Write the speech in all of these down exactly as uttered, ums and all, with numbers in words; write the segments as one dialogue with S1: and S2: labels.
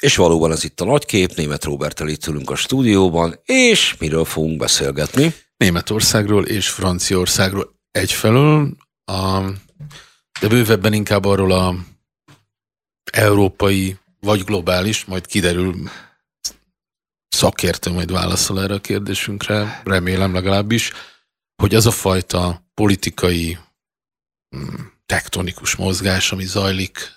S1: És valóban ez itt a nagykép, Németh Róberttel itt ülünk a stúdióban, és miről fogunk beszélgetni?
S2: Németországról és Franciaországról egyfelől, a, de bővebben inkább arról a európai vagy globális, majd kiderül, szakértő majd válaszol erre a kérdésünkre, remélem legalábbis, hogy az a fajta politikai tektonikus mozgás, ami zajlik,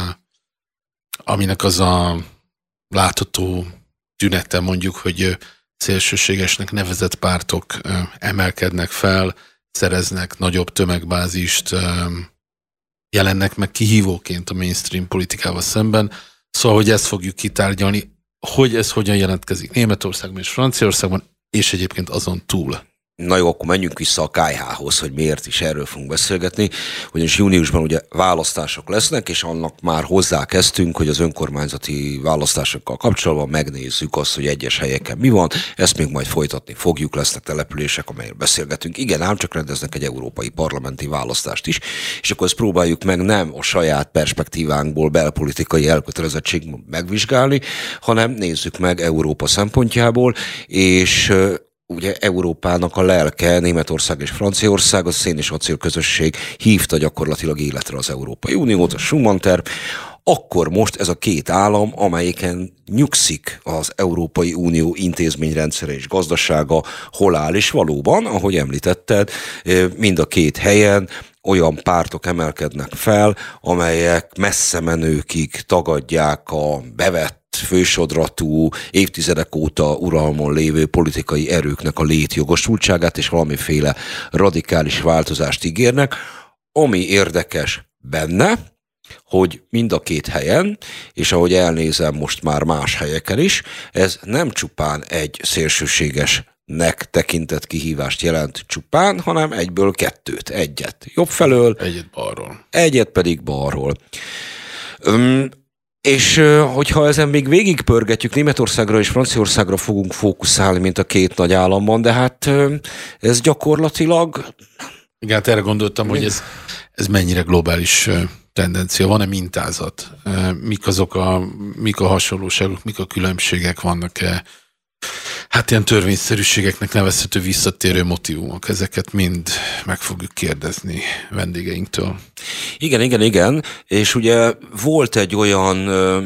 S2: aminek az a látható tünete mondjuk, hogy szélsőségesnek nevezett pártok emelkednek fel, szereznek nagyobb tömegbázist, jelennek meg kihívóként a mainstream politikával szemben. Szóval, hogy ezt fogjuk kitárgyalni, hogy ez hogyan jelentkezik Németországban és Franciaországban, és egyébként azon túl.
S1: Na jó, akkor menjünk vissza a ká há-hoz, hogy miért is erről fogunk beszélgetni, ugyanis júniusban ugye választások lesznek, és annak már hozzákezdtünk, hogy az önkormányzati választásokkal kapcsolatban megnézzük azt, hogy egyes helyeken mi van, ezt még majd folytatni fogjuk, lesznek települések, amelyről beszélgetünk. Igen, ám csak rendeznek egy európai parlamenti választást is, és akkor ezt próbáljuk meg nem a saját perspektívánkból, belpolitikai elkötelezettségből megvizsgálni, hanem nézzük meg Európa szempontjából, és ugye Európának a lelke, Németország és Franciaország, a szén- és acél közösség hívta gyakorlatilag életre az Európai Uniót, a Schuman-terv. Akkor most ez a két állam, amelyiken nyugszik az Európai Unió intézményrendszere és gazdasága, hol áll, és valóban, ahogy említetted, mind a két helyen olyan pártok emelkednek fel, amelyek messze menőkig tagadják a bevett fősodratú, évtizedek óta uralmon lévő politikai erőknek a létjogosultságát, és valamiféle radikális változást ígérnek. Ami érdekes benne, hogy mind a két helyen, és ahogy elnézem most már más helyeken is, ez nem csupán egy szélsőségesnek tekintett kihívást jelent csupán, hanem egyből kettőt, egyet jobb felől,
S2: egyet balról.
S1: Egyet pedig balról. Öm, És hogyha ezen még végigpörgetjük, Németországra és Franciaországra fogunk fókuszálni, mint a két nagy államban, de hát ez gyakorlatilag...
S2: Igen, hát erre gondoltam, hogy ez, ez mennyire globális tendencia, van-e mintázat? Mik azok a, mik a hasonlóságok, mik a különbségek, vannak-e hát ilyen törvényszerűségeknek nevezhető visszatérő motívumok? Ezeket mind meg fogjuk kérdezni vendégeinktől.
S1: Igen, igen, igen, és ugye volt egy olyan ö,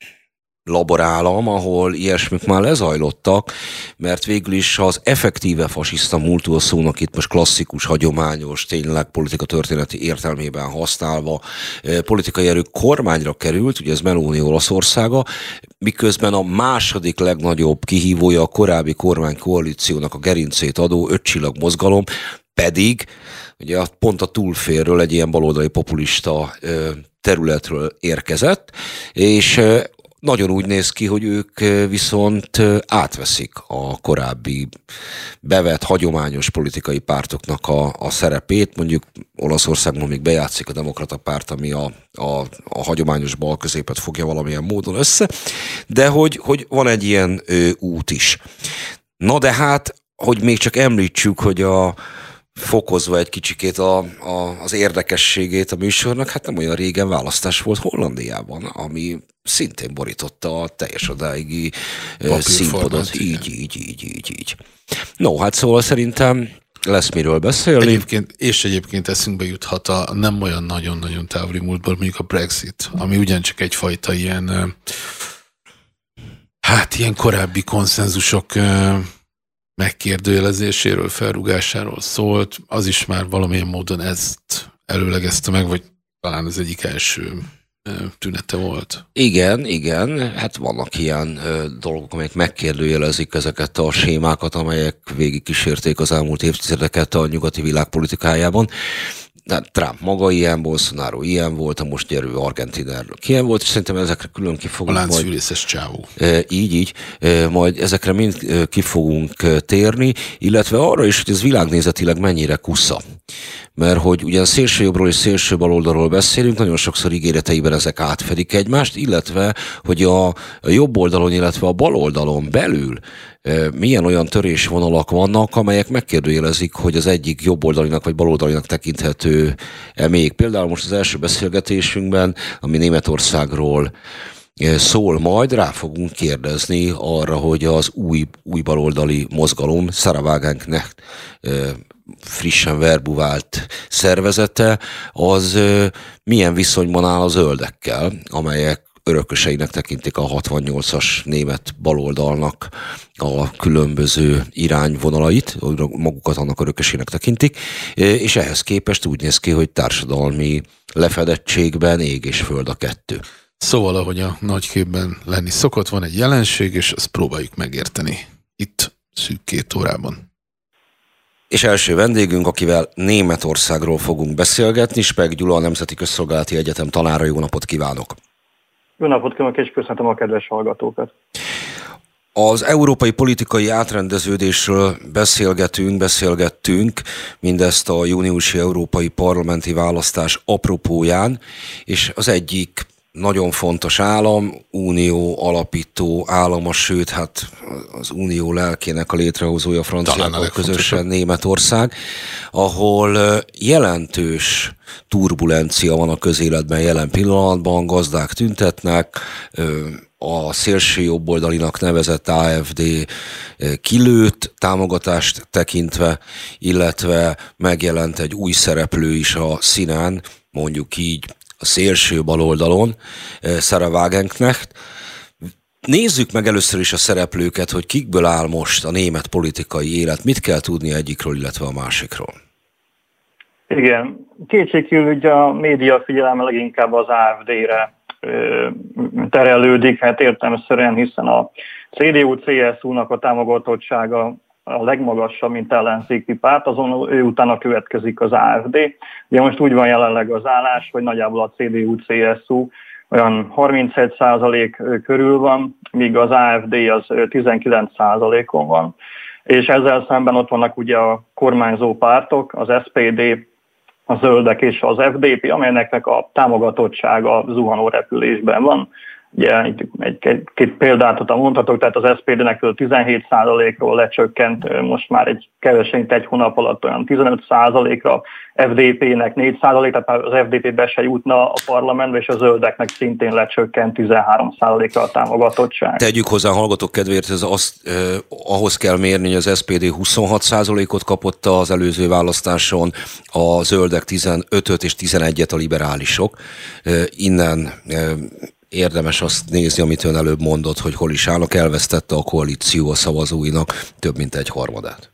S1: laborállam, ahol ilyesmik már lezajlottak, mert végül is az effektíve fasiszta múltú szónak itt most klasszikus, hagyományos, tényleg politikatörténeti értelmében használva ö, politikai erő kormányra került, ugye ez Meloni Olaszországa, miközben a második legnagyobb kihívója a korábbi kormánykoalíciónak a gerincét adó ötcsillag mozgalom, pedig ugye pont a túlfélről egy ilyen baloldali populista területről érkezett, és nagyon úgy néz ki, hogy ők viszont átveszik a korábbi bevett, hagyományos politikai pártoknak a, a szerepét. Mondjuk Olaszországban még bejátszik a demokrata párt, ami a, a, a hagyományos balközépet fogja valamilyen módon össze, de hogy, hogy van egy ilyen ö, út is. Na de hát, hogy még csak említsük, hogy a fokozva egy kicsikét a, a, az érdekességét a műsornak, hát nem olyan régen választás volt Hollandiában, ami szintén borította a teljes odáigi színpadot. Így, így, így, így, így. No, hát szóval szerintem lesz miről beszélni.
S2: Egyébként, és egyébként eszünkbe juthat a nem olyan nagyon-nagyon távoli múltból, mondjuk a Brexit, ami ugyancsak egyfajta ilyen hát ilyen korábbi konszenzusok megkérdőjelezéséről, felrúgásáról szólt, az is már valamilyen módon ezt előlegezte meg, vagy talán az egyik első tünete volt.
S1: Igen, igen, hát vannak ilyen ö, dolgok, amelyek megkérdőjelezik ezeket a sémákat, amelyek végigkísérték az elmúlt évtizedeket a nyugati világ politikájában. Trump maga ilyen, Bolsonaro ilyen volt, a most gyerő argentinerről ilyen volt, és szerintem ezekre külön ki fogunk
S2: a láncfűrészes csávó.
S1: E, így, így, e, majd ezekre mind e, ki fogunk térni, illetve arra is, hogy ez világnézetileg mennyire kusza. Mert hogy ugyan szélső jobbról és szélső baloldalról beszélünk, nagyon sokszor ígéreteiben ezek átfedik egymást, illetve, hogy a, a jobb oldalon, illetve a bal oldalon belül milyen olyan törésvonalak vannak, amelyek megkérdőjelezik, hogy az egyik jobboldalinak vagy baloldalinak tekinthető még. Például most az első beszélgetésünkben, ami Németországról szól majd, rá fogunk kérdezni arra, hogy az új, új baloldali mozgalom, Sarah Wagenknecht frissen verbuvált szervezete, az milyen viszonyban áll a zöldekkel, amelyek örököseinek tekintik a hatvannyolcas német baloldalnak a különböző irányvonalait, magukat annak örökösének tekintik, és ehhez képest úgy néz ki, hogy társadalmi lefedettségben ég és föld a kettő.
S2: Szóval, ahogy a nagyképben lenni szokott, van egy jelenség, és ezt próbáljuk megérteni itt szűk két órában.
S1: És első vendégünk, akivel Németországról fogunk beszélgetni, Speck Gyula, a Nemzeti Közszolgálati Egyetem tanára. Jó napot kívánok!
S3: Jó napot kívánok, és köszöntöm a kedves hallgatókat!
S1: Az európai politikai átrendeződésről beszélgetünk, beszélgettünk, mindezt a júniusi európai parlamenti választás apropóján, és az egyik nagyon fontos állam, unió alapító állama, sőt, hát az unió lelkének a létrehozója Franciákkal közösen Németország, ahol jelentős turbulencia van a közéletben jelen pillanatban, gazdák tüntetnek, a szélső jobboldalinak nevezett á ef dé kilőtt támogatást tekintve, illetve megjelent egy új szereplő is a színen, mondjuk így a szélső baloldalon, Sarah Wagenknecht. Nézzük meg először is a szereplőket, hogy kikből áll most a német politikai élet, mit kell tudni egyikről, illetve a másikról.
S3: Igen, kétségkívül ugye a média figyelme leginkább az á ef dé-re terelődik, hát értelemszerűen, hiszen a cé dé u cé es u-nak a támogatottsága a legmagasabb, mint ellenzéki párt, azon ő utána következik az á ef dé. Ugye most úgy van jelenleg az állás, hogy nagyjából a cé dé u cé es u olyan harmincegy százalék körül van, míg az á ef dé az tizenkilenc százalékon van. És ezzel szemben ott vannak ugye a kormányzó pártok, az es pé dé, a Zöldek és az ef dé pé, amelyeknek a támogatottsága zuhanó repülésben van. Ugye egy, egy, két példát mondhatok, tehát az es pé dé-nek tizenhét százalékról lecsökkent most már egy kevesen, egy hónap alatt olyan tizenöt százalékra, ef dé pé-nek négy százalék, tehát az ef dé pé be se jutna a parlamentbe, és a Zöldeknek szintén lecsökkent tizenhárom százalékra a támogatottság.
S1: Tegyük hozzá a hallgatók kedvéért, ez azt, eh, ahhoz kell mérni, hogy az es pé dé huszonhat százalékot kapott az előző választáson, a Zöldek tizenötöt és tizenegyet a liberálisok. Eh, innen eh, érdemes azt nézni, amit ön előbb mondott, hogy hol is állnak, elvesztette a koalíció a szavazóinak több mint egy harmadát.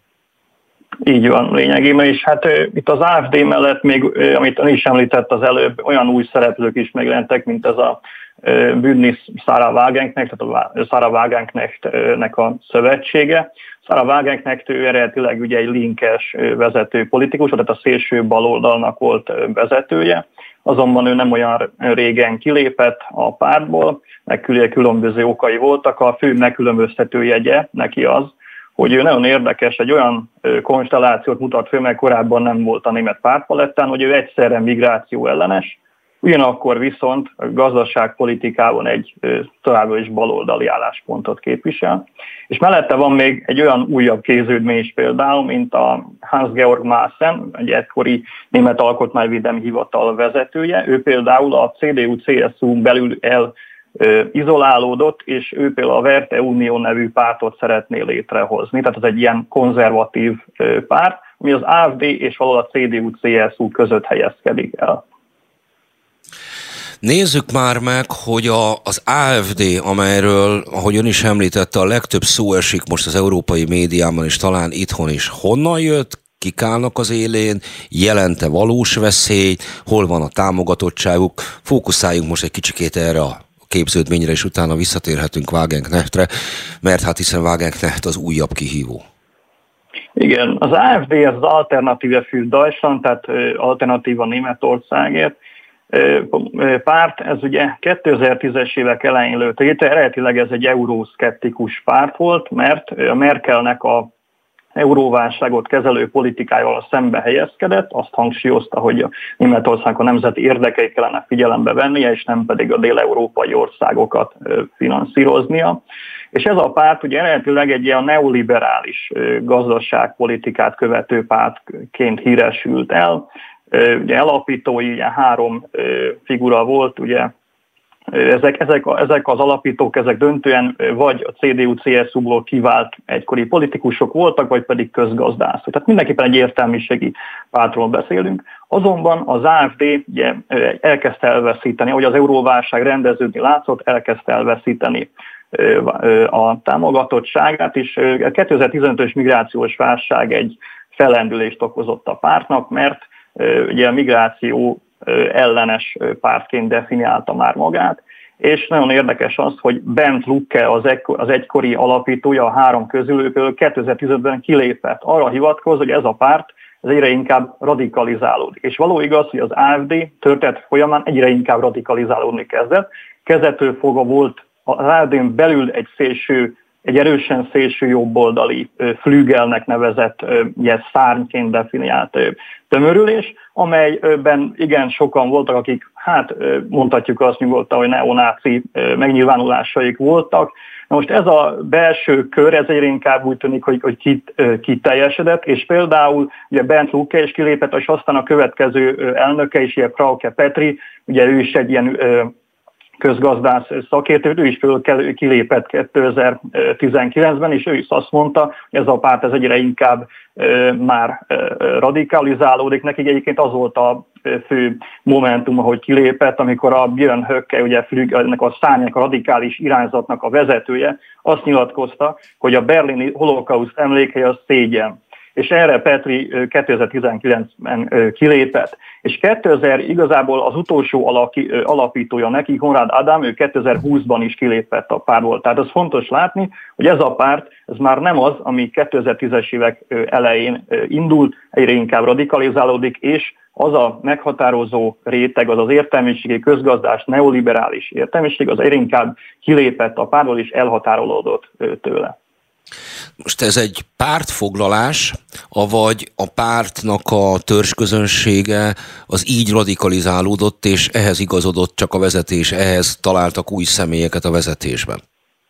S3: Így van lényegében, és hát e, itt az á ef dé mellett még, e, amit ön is említett az előbb, olyan új szereplők is megjelentek, mint ez a e, Bündnis Sarah Wagenknecht, tehát a Sarah Wagenknecht-nek a szövetsége. Sarah Wagenknecht ő eredetileg ugye egy linkes vezető politikus, tehát a szélső baloldalnak volt vezetője, azonban ő nem olyan régen kilépett a pártból, meg különböző okai voltak. A fő megkülönböztető jegye neki az, hogy ő nagyon érdekes, egy olyan konstellációt mutat föl, mert korábban nem volt a német pártpalettán, hogy ő egyszerre migráció ellenes, ugyanakkor viszont a gazdaságpolitikában egy továbbra is baloldali álláspontot képvisel. És mellette van még egy olyan újabb kéződmény is például, mint a Hans-Georg Maaßen, egy egykori német alkotmányvédelmi hivatal vezetője. Ő például a cé dé u cé es u-n belül el izolálódott, és ő például a Werte Unió nevű pártot szeretné létrehozni. Tehát ez egy ilyen konzervatív párt, ami az á ef dé és valahol a cé dé u cé es u között helyezkedik el.
S1: Nézzük már meg, hogy a, az á ef dé, amelyről, ahogy ön is említette, a legtöbb szó esik most az európai médiában, és talán itthon is, honnan jött, kik állnak az élén, jelente valós veszélyt, hol van a támogatottságuk. Fókuszáljunk most egy kicsikét erre a képződményre, és utána visszatérhetünk Wagenknechtre, mert hát hiszen Wagenknecht az újabb kihívó.
S3: Igen, az á ef dé az Alternative für Deutschland, tehát Alternatíva Németországért párt, ez ugye kétezer-tízes évek elején lőtt létre, eredetileg ez egy euroszkeptikus párt volt, mert a Merkelnek a euróválságot kezelő politikájával szembe helyezkedett, azt hangsúlyozta, hogy a Németországnak a nemzeti érdekeit kellene figyelembe vennie, és nem pedig a dél-európai országokat finanszíroznia. És ez a párt ugye eredetileg egy ilyen neoliberális gazdaságpolitikát követő pártként híresült el. Ugye alapítói ugye három figura volt, ugye ezek, ezek, ezek az alapítók, ezek döntően vagy a cé dé u cé es u-ból kivált egykori politikusok voltak, vagy pedig közgazdászok. Tehát mindenképpen egy értelmiségi pártról beszélünk. Azonban az á ef dé ugye, elkezdte elveszíteni, hogy az euróválság rendeződni látszott, elkezdte elveszíteni a támogatottságát, és a kétezer-tizenötös migrációs válság egy fellendülést okozott a pártnak, mert ugye a migráció ellenes pártként definiálta már magát, és nagyon érdekes az, hogy Bernd Lucke, az, egy, az egykori alapítója a három közül, kétezer-tizenötben kilépett. Arra hivatkoz, hogy ez a párt ez egyre inkább radikalizálódik. És való igaz, hogy az á ef dé történet folyamán egyre inkább radikalizálódni kezdett. Kezdettől fogva volt az á ef dén belül egy szélső, egy erősen szélső jobboldali Flügelnek nevezett ugye, szárnyként definiált tömörülés, amelyben igen sokan voltak, akik, hát mondhatjuk azt nyugodtan, hogy neonáci megnyilvánulásaik voltak. Na most ez a belső kör, ez egyre inkább úgy tűnik, hogy, hogy kiteljesedett, és például ugye Bernd Lucke is kilépett, és aztán a következő elnöke is, ugye Frauke Petry, ugye ő is egy ilyen közgazdász szakértő, ő is kilépett kétezer-tizenkilencben, és ő is azt mondta, hogy ez a párt ez egyre inkább már radikalizálódik. Nekik egyébként az volt a fő momentum, hogy kilépett, amikor a Björn Höcke, ugye ennek a szárnynak, a radikális irányzatnak a vezetője, azt nyilatkozta, hogy a berlini holokauszt emlékei az szégyen. És erre Petry kétezer-tizenkilencben kilépett. És kétezer igazából az utolsó alaki, alapítója neki, Konrad Adam, ő kétezer-húszban is kilépett a pártból. Tehát az fontos látni, hogy ez a párt, ez már nem az, ami kétezer-tízes évek elején indult, egyre inkább radikalizálódik, és az a meghatározó réteg, az az értelmiségi, közgazdás, neoliberális értelmiség, az egyre inkább kilépett a pártból, és elhatárolódott tőle.
S1: Most ez egy pártfoglalás, avagy a pártnak a törzsközönsége az így radikalizálódott, és ehhez igazodott csak a vezetés, ehhez találtak új személyeket a vezetésben?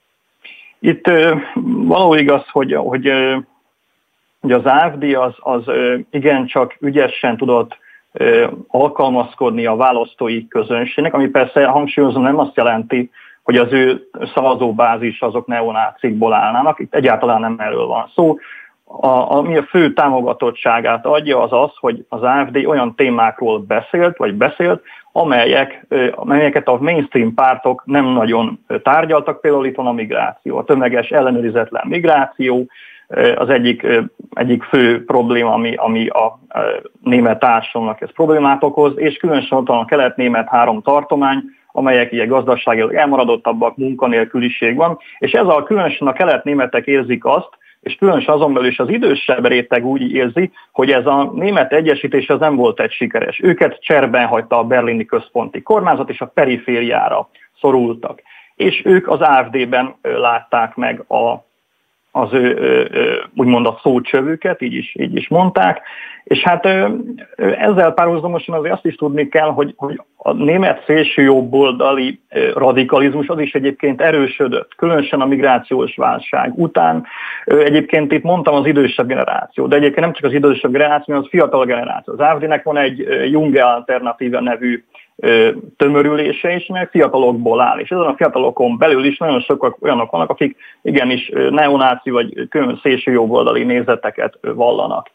S3: Itt való igaz, hogy, hogy, hogy az á ef dé az, az igencsak ügyesen tudott alkalmazkodni a választói közönségnek, ami persze hangsúlyozom nem azt jelenti, hogy az ő szavazóbázis azok neonácikból állnának. Itt egyáltalán nem erről van szó. A, ami a fő támogatottságát adja, az az, hogy az á ef dé olyan témákról beszélt, vagy beszélt, amelyek, amelyeket a mainstream pártok nem nagyon tárgyaltak. Például itt van a migráció, a tömeges ellenőrizetlen migráció, az egyik, egyik fő probléma, ami, ami a német társadalomnak ez problémát okoz, és különösen ott van a kelet-német három tartomány, amelyek ilyen gazdaságilag elmaradottabbak, munkanélküliség van, és ez a különösen a kelet-németek érzik azt, és különösen azon belül is az idősebb réteg úgy érzi, hogy ez a német egyesítés az nem volt egy sikeres. Őket cserben hagyta a berlini központi kormányzat, és a perifériára szorultak. És ők az á ef dében látták meg a az ő, úgymond a szócsövüket, így is, így is mondták, és hát ezzel párhuzamosan azért azt is tudni kell, hogy, hogy a német szélsőjobboldali radikalizmus az is egyébként erősödött, különösen a migrációs válság után. Egyébként itt mondtam az idősebb generáció, de egyébként nem csak az idősebb generáció, hanem az fiatal generáció. Az á ef dé-nek van egy Junge Alternatíve nevű tömörülése is, meg fiatalokból áll, és ezen a fiatalokon belül is nagyon sokan olyanok vannak, akik igenis neonáci vagy szélsőjobboldali nézeteket vallanak.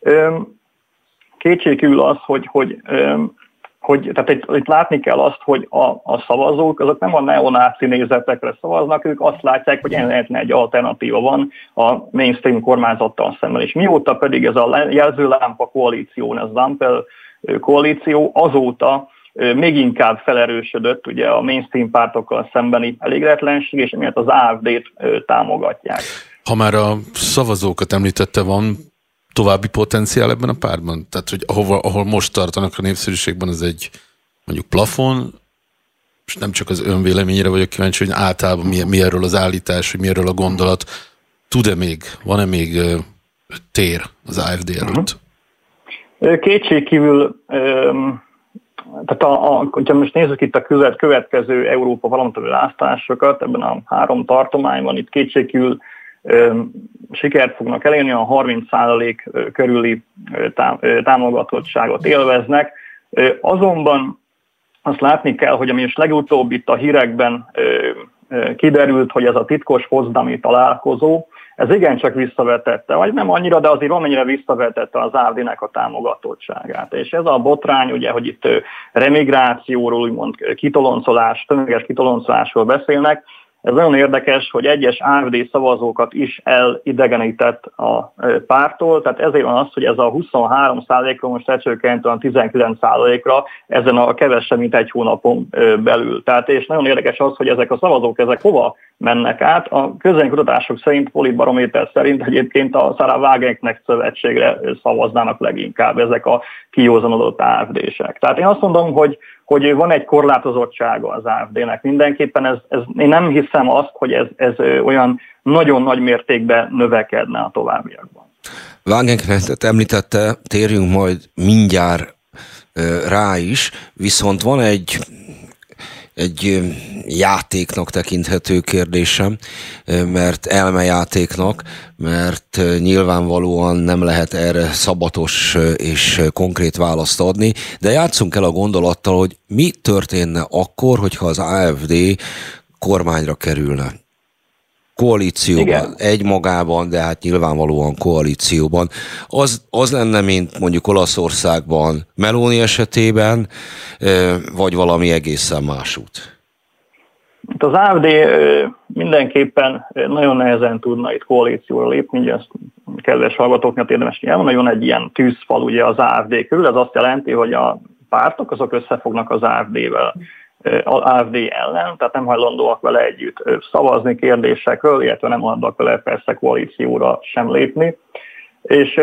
S3: Kétségkívül az, hogy, hogy, hogy tehát itt, itt látni kell azt, hogy a, a szavazók azok nem a neonáci nézetekre szavaznak, ők azt látják, hogy egyetlen egy alternatíva van a mainstream kormányzattal szemben. És mióta pedig ez a jelzőlámpa koalíció, ez a Ampel koalíció, azóta még inkább felerősödött ugye a mainstream pártokkal szembeni elégedetlenség, és emiatt az á ef dét támogatják.
S2: Ha már a szavazókat említette, van további potenciál ebben a pártban? Tehát, hogy ahova, ahol most tartanak a népszerűségben, az egy mondjuk plafon, és nem csak az önvéleményére vagyok kíváncsi, hogy általában mi, mi erről az állítás, hogy mi erről a gondolat. Tud-e még, van-e még uh, tér az á ef dé előtt?
S3: Kétségkívül um, Tehát a, a, hogyha most nézzük itt a követ, következő Európa parlamenti választásokat, ebben a három tartományban itt kétségkívül ö, sikert fognak elérni, a harminc százalék körüli tá, támogatottságot élveznek. Ö, azonban azt látni kell, hogy ami is legutóbb itt a hírekben kiderült, hogy ez a titkos potsdami találkozó, ez igencsak visszavetette, vagy nem annyira, de azért amennyire visszavetette az á ef dé-nek a támogatottságát. És ez a botrány, ugye, hogy itt remigrációról, úgymond kitoloncolás, tömeges kitoloncolásról beszélnek, ez nagyon érdekes, hogy egyes á ef dé szavazókat is elidegenített a pártól, tehát ezért van az, hogy ez a huszonhárom százalékról most lecsökkent a tizenkilenc százalékra ezen a kevesebb, mint egy hónapon belül. Tehát és nagyon érdekes az, hogy ezek a szavazók, ezek hova mennek át. A közvéleménykutatások szerint, politbarométer szerint egyébként a Sarah Wagenknecht szövetségre szavaznának leginkább ezek a kiózanodott á ef dé-sek. Tehát én azt mondom, hogy hogy van egy korlátozottsága az á ef dé-nek. Mindenképpen ez, ez, én nem hiszem azt, hogy ez, ez olyan nagyon nagy mértékben növekedne a továbbiakban.
S1: Wagenknechtet említette, térjünk majd mindjárt rá is, viszont van egy egy játéknak tekinthető kérdésem, mert elmejátéknak, mert nyilvánvalóan nem lehet erre szabatos és konkrét választ adni, de játsszunk el a gondolattal, hogy mi történne akkor, hogyha az á ef dé kormányra kerülne. Koalícióban, igen. Egymagában, de hát nyilvánvalóan koalícióban. Az, az lenne, mint mondjuk Olaszországban Meloni esetében, vagy valami egészen más út?
S3: Az á ef dé mindenképpen nagyon nehezen tudna itt koalícióra lépni, ugye ezt kedves hallgatóknak érdemes elmondani, van egy ilyen tűzfal ugye az á ef dé körül, ez azt jelenti, hogy a pártok azok összefognak az á ef dé-vel. á ef dé ellen, tehát nem hajlandóak vele együtt szavazni kérdésekről, illetve nem hajlandóak vele persze koalícióra sem lépni. És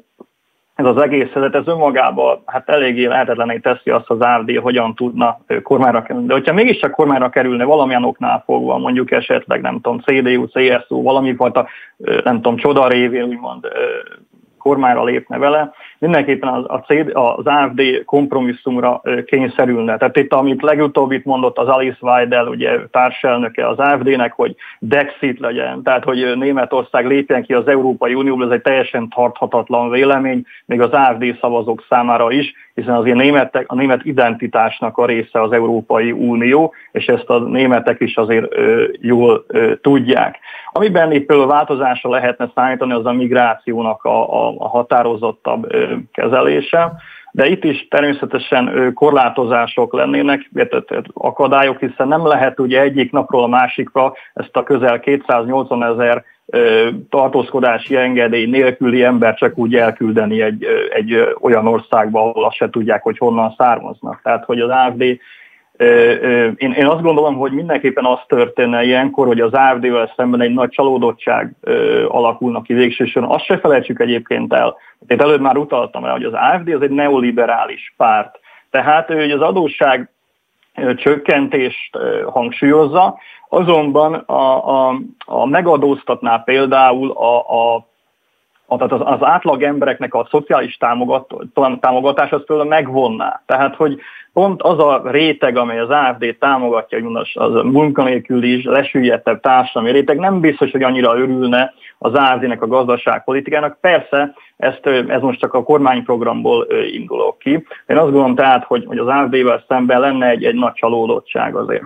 S3: ez az egész helyzet, ez önmagában hát eléggé lehetetlené teszi azt az á ef dé, hogyan tudna kormányra kerülni. De hogyha mégiscsak kormányra kerülne valamilyen oknál fogva, mondjuk esetleg nem tudom, cé dé u, cé es u, valamifajta nem tudom, csoda révén úgymond kormányra lépne vele, mindenképpen az, a cé dé, az á ef dé kompromisszumra kényszerülne. Tehát itt, amit legutóbb itt mondott az Alice Weidel, ugye társelnöke az á ef dé-nek, hogy Dexit legyen, tehát hogy Németország lépjen ki az Európai Unióból, ez egy teljesen tarthatatlan vélemény, még az á ef dé szavazók számára is, hiszen azért németek, a német identitásnak a része az Európai Unió, és ezt a németek is azért ö, jól ö, tudják. Amiben itt például változásra lehetne számítani, az a migrációnak a, a, a határozottabb ö, kezelése, de itt is természetesen ö, korlátozások lennének, akadályok, hiszen nem lehet ugye egyik napról a másikra ezt a közel kétszáznyolcvan ezer tartózkodási engedély nélküli ember csak úgy elküldeni egy, egy olyan országba, ahol azt se tudják, hogy honnan származnak. Tehát, hogy az á ef dé, én, én azt gondolom, hogy mindenképpen az történne ilyenkor, hogy az á ef dé-vel szemben egy nagy csalódottság alakulna ki végsősorban. Azt se felejtsük egyébként el, én előbb már utaltam rá, hogy az á ef dé az egy neoliberális párt. Tehát hogy az adósság csökkentést hangsúlyozza, azonban a, a, a megadóztatná például a, a, a, tehát az, az átlag embereknek a szociális támogat, támogatás az például megvonná. Tehát, hogy pont az a réteg, amely az á ef dé támogatja, hogy az a munkanélküli is lesüllyedtebb társadalmi réteg, nem biztos, hogy annyira örülne az á ef dé-nek a gazdaságpolitikának. Persze, ezt, ez most csak a kormányprogramból indulok ki. Én azt gondolom tehát, hogy, hogy az á ef dé-vel szemben lenne egy, egy nagy csalódottság azért.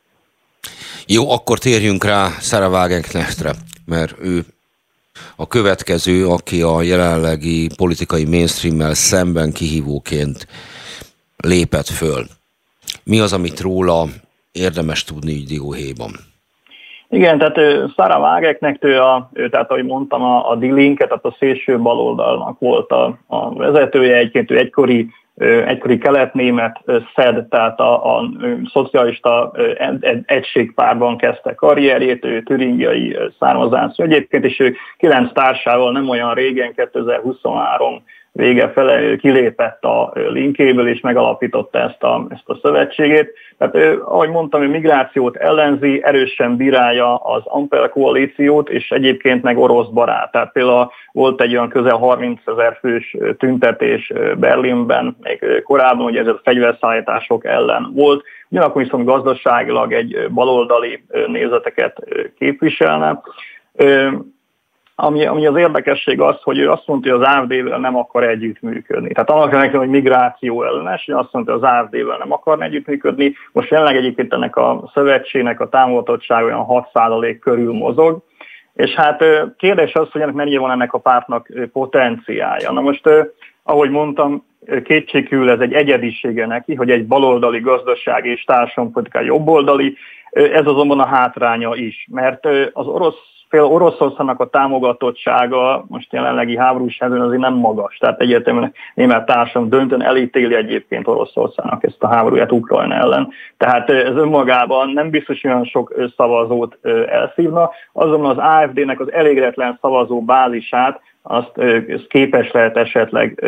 S1: Jó, akkor térjünk rá Sarah Wagenknechtre, mert ő a következő, aki a jelenlegi politikai mainstreammel szemben kihívóként lépett föl. Mi az, amit róla érdemes tudni így dióhéjban?
S3: Igen, tehát Sarah Wagenknecht, ő, a, ő, tehát ahogy mondtam, a, a Die Linke, tehát a szélső baloldalnak volt a, a vezetője, egyébként ő egykori egykori kelet-német szed, tehát a, a szocialista egységpárban kezdte karrierjét, ő türingiai származású egyébként, és ő kilenc társával nem olyan régen, kétezer-huszonhárom vége fele kilépett a Linkéből, és megalapította ezt a, ezt a szövetségét. Tehát ő, ahogy mondtam, ő migrációt ellenzi, erősen bírálja az Ampel koalíciót, és egyébként meg orosz barát. Tehát például volt egy olyan közel harmincezer fős tüntetés Berlinben, még korábban, hogy ez a fegyverszállítások ellen volt, ugyanakkor viszont gazdaságilag egy baloldali nézeteket képviselne. Ami, ami az érdekesség az, hogy ő azt mondta, hogy az á ef dé-vel nem akar együttműködni. Tehát annak nekem, hogy migráció ellenes, hogy azt mondta, hogy az á ef dé-vel nem akar együttműködni. Most jelenleg egyébként ennek a szövetségnek a támogatottsága olyan hat százalék körül mozog. És hát kérdés az, hogy ennek mennyire van ennek a pártnak potenciálja. Na most, ahogy mondtam, kétségkívül ez egy egyedisége neki, hogy egy baloldali gazdasági és társadalompolitikai jobboldali, ez azonban a hátránya is, mert az orosz fél Oroszországnak a támogatottsága most jelenlegi háborús helyzetben azért nem magas. Tehát egyértelműen német társadalom döntően elítéli egyébként Oroszországnak ezt a háborúját Ukrajna ellen. Tehát ez önmagában nem biztos olyan sok szavazót elszívna, azonban az á ef dé-nek az elégedetlen szavazó bázisát azt képes lehet esetleg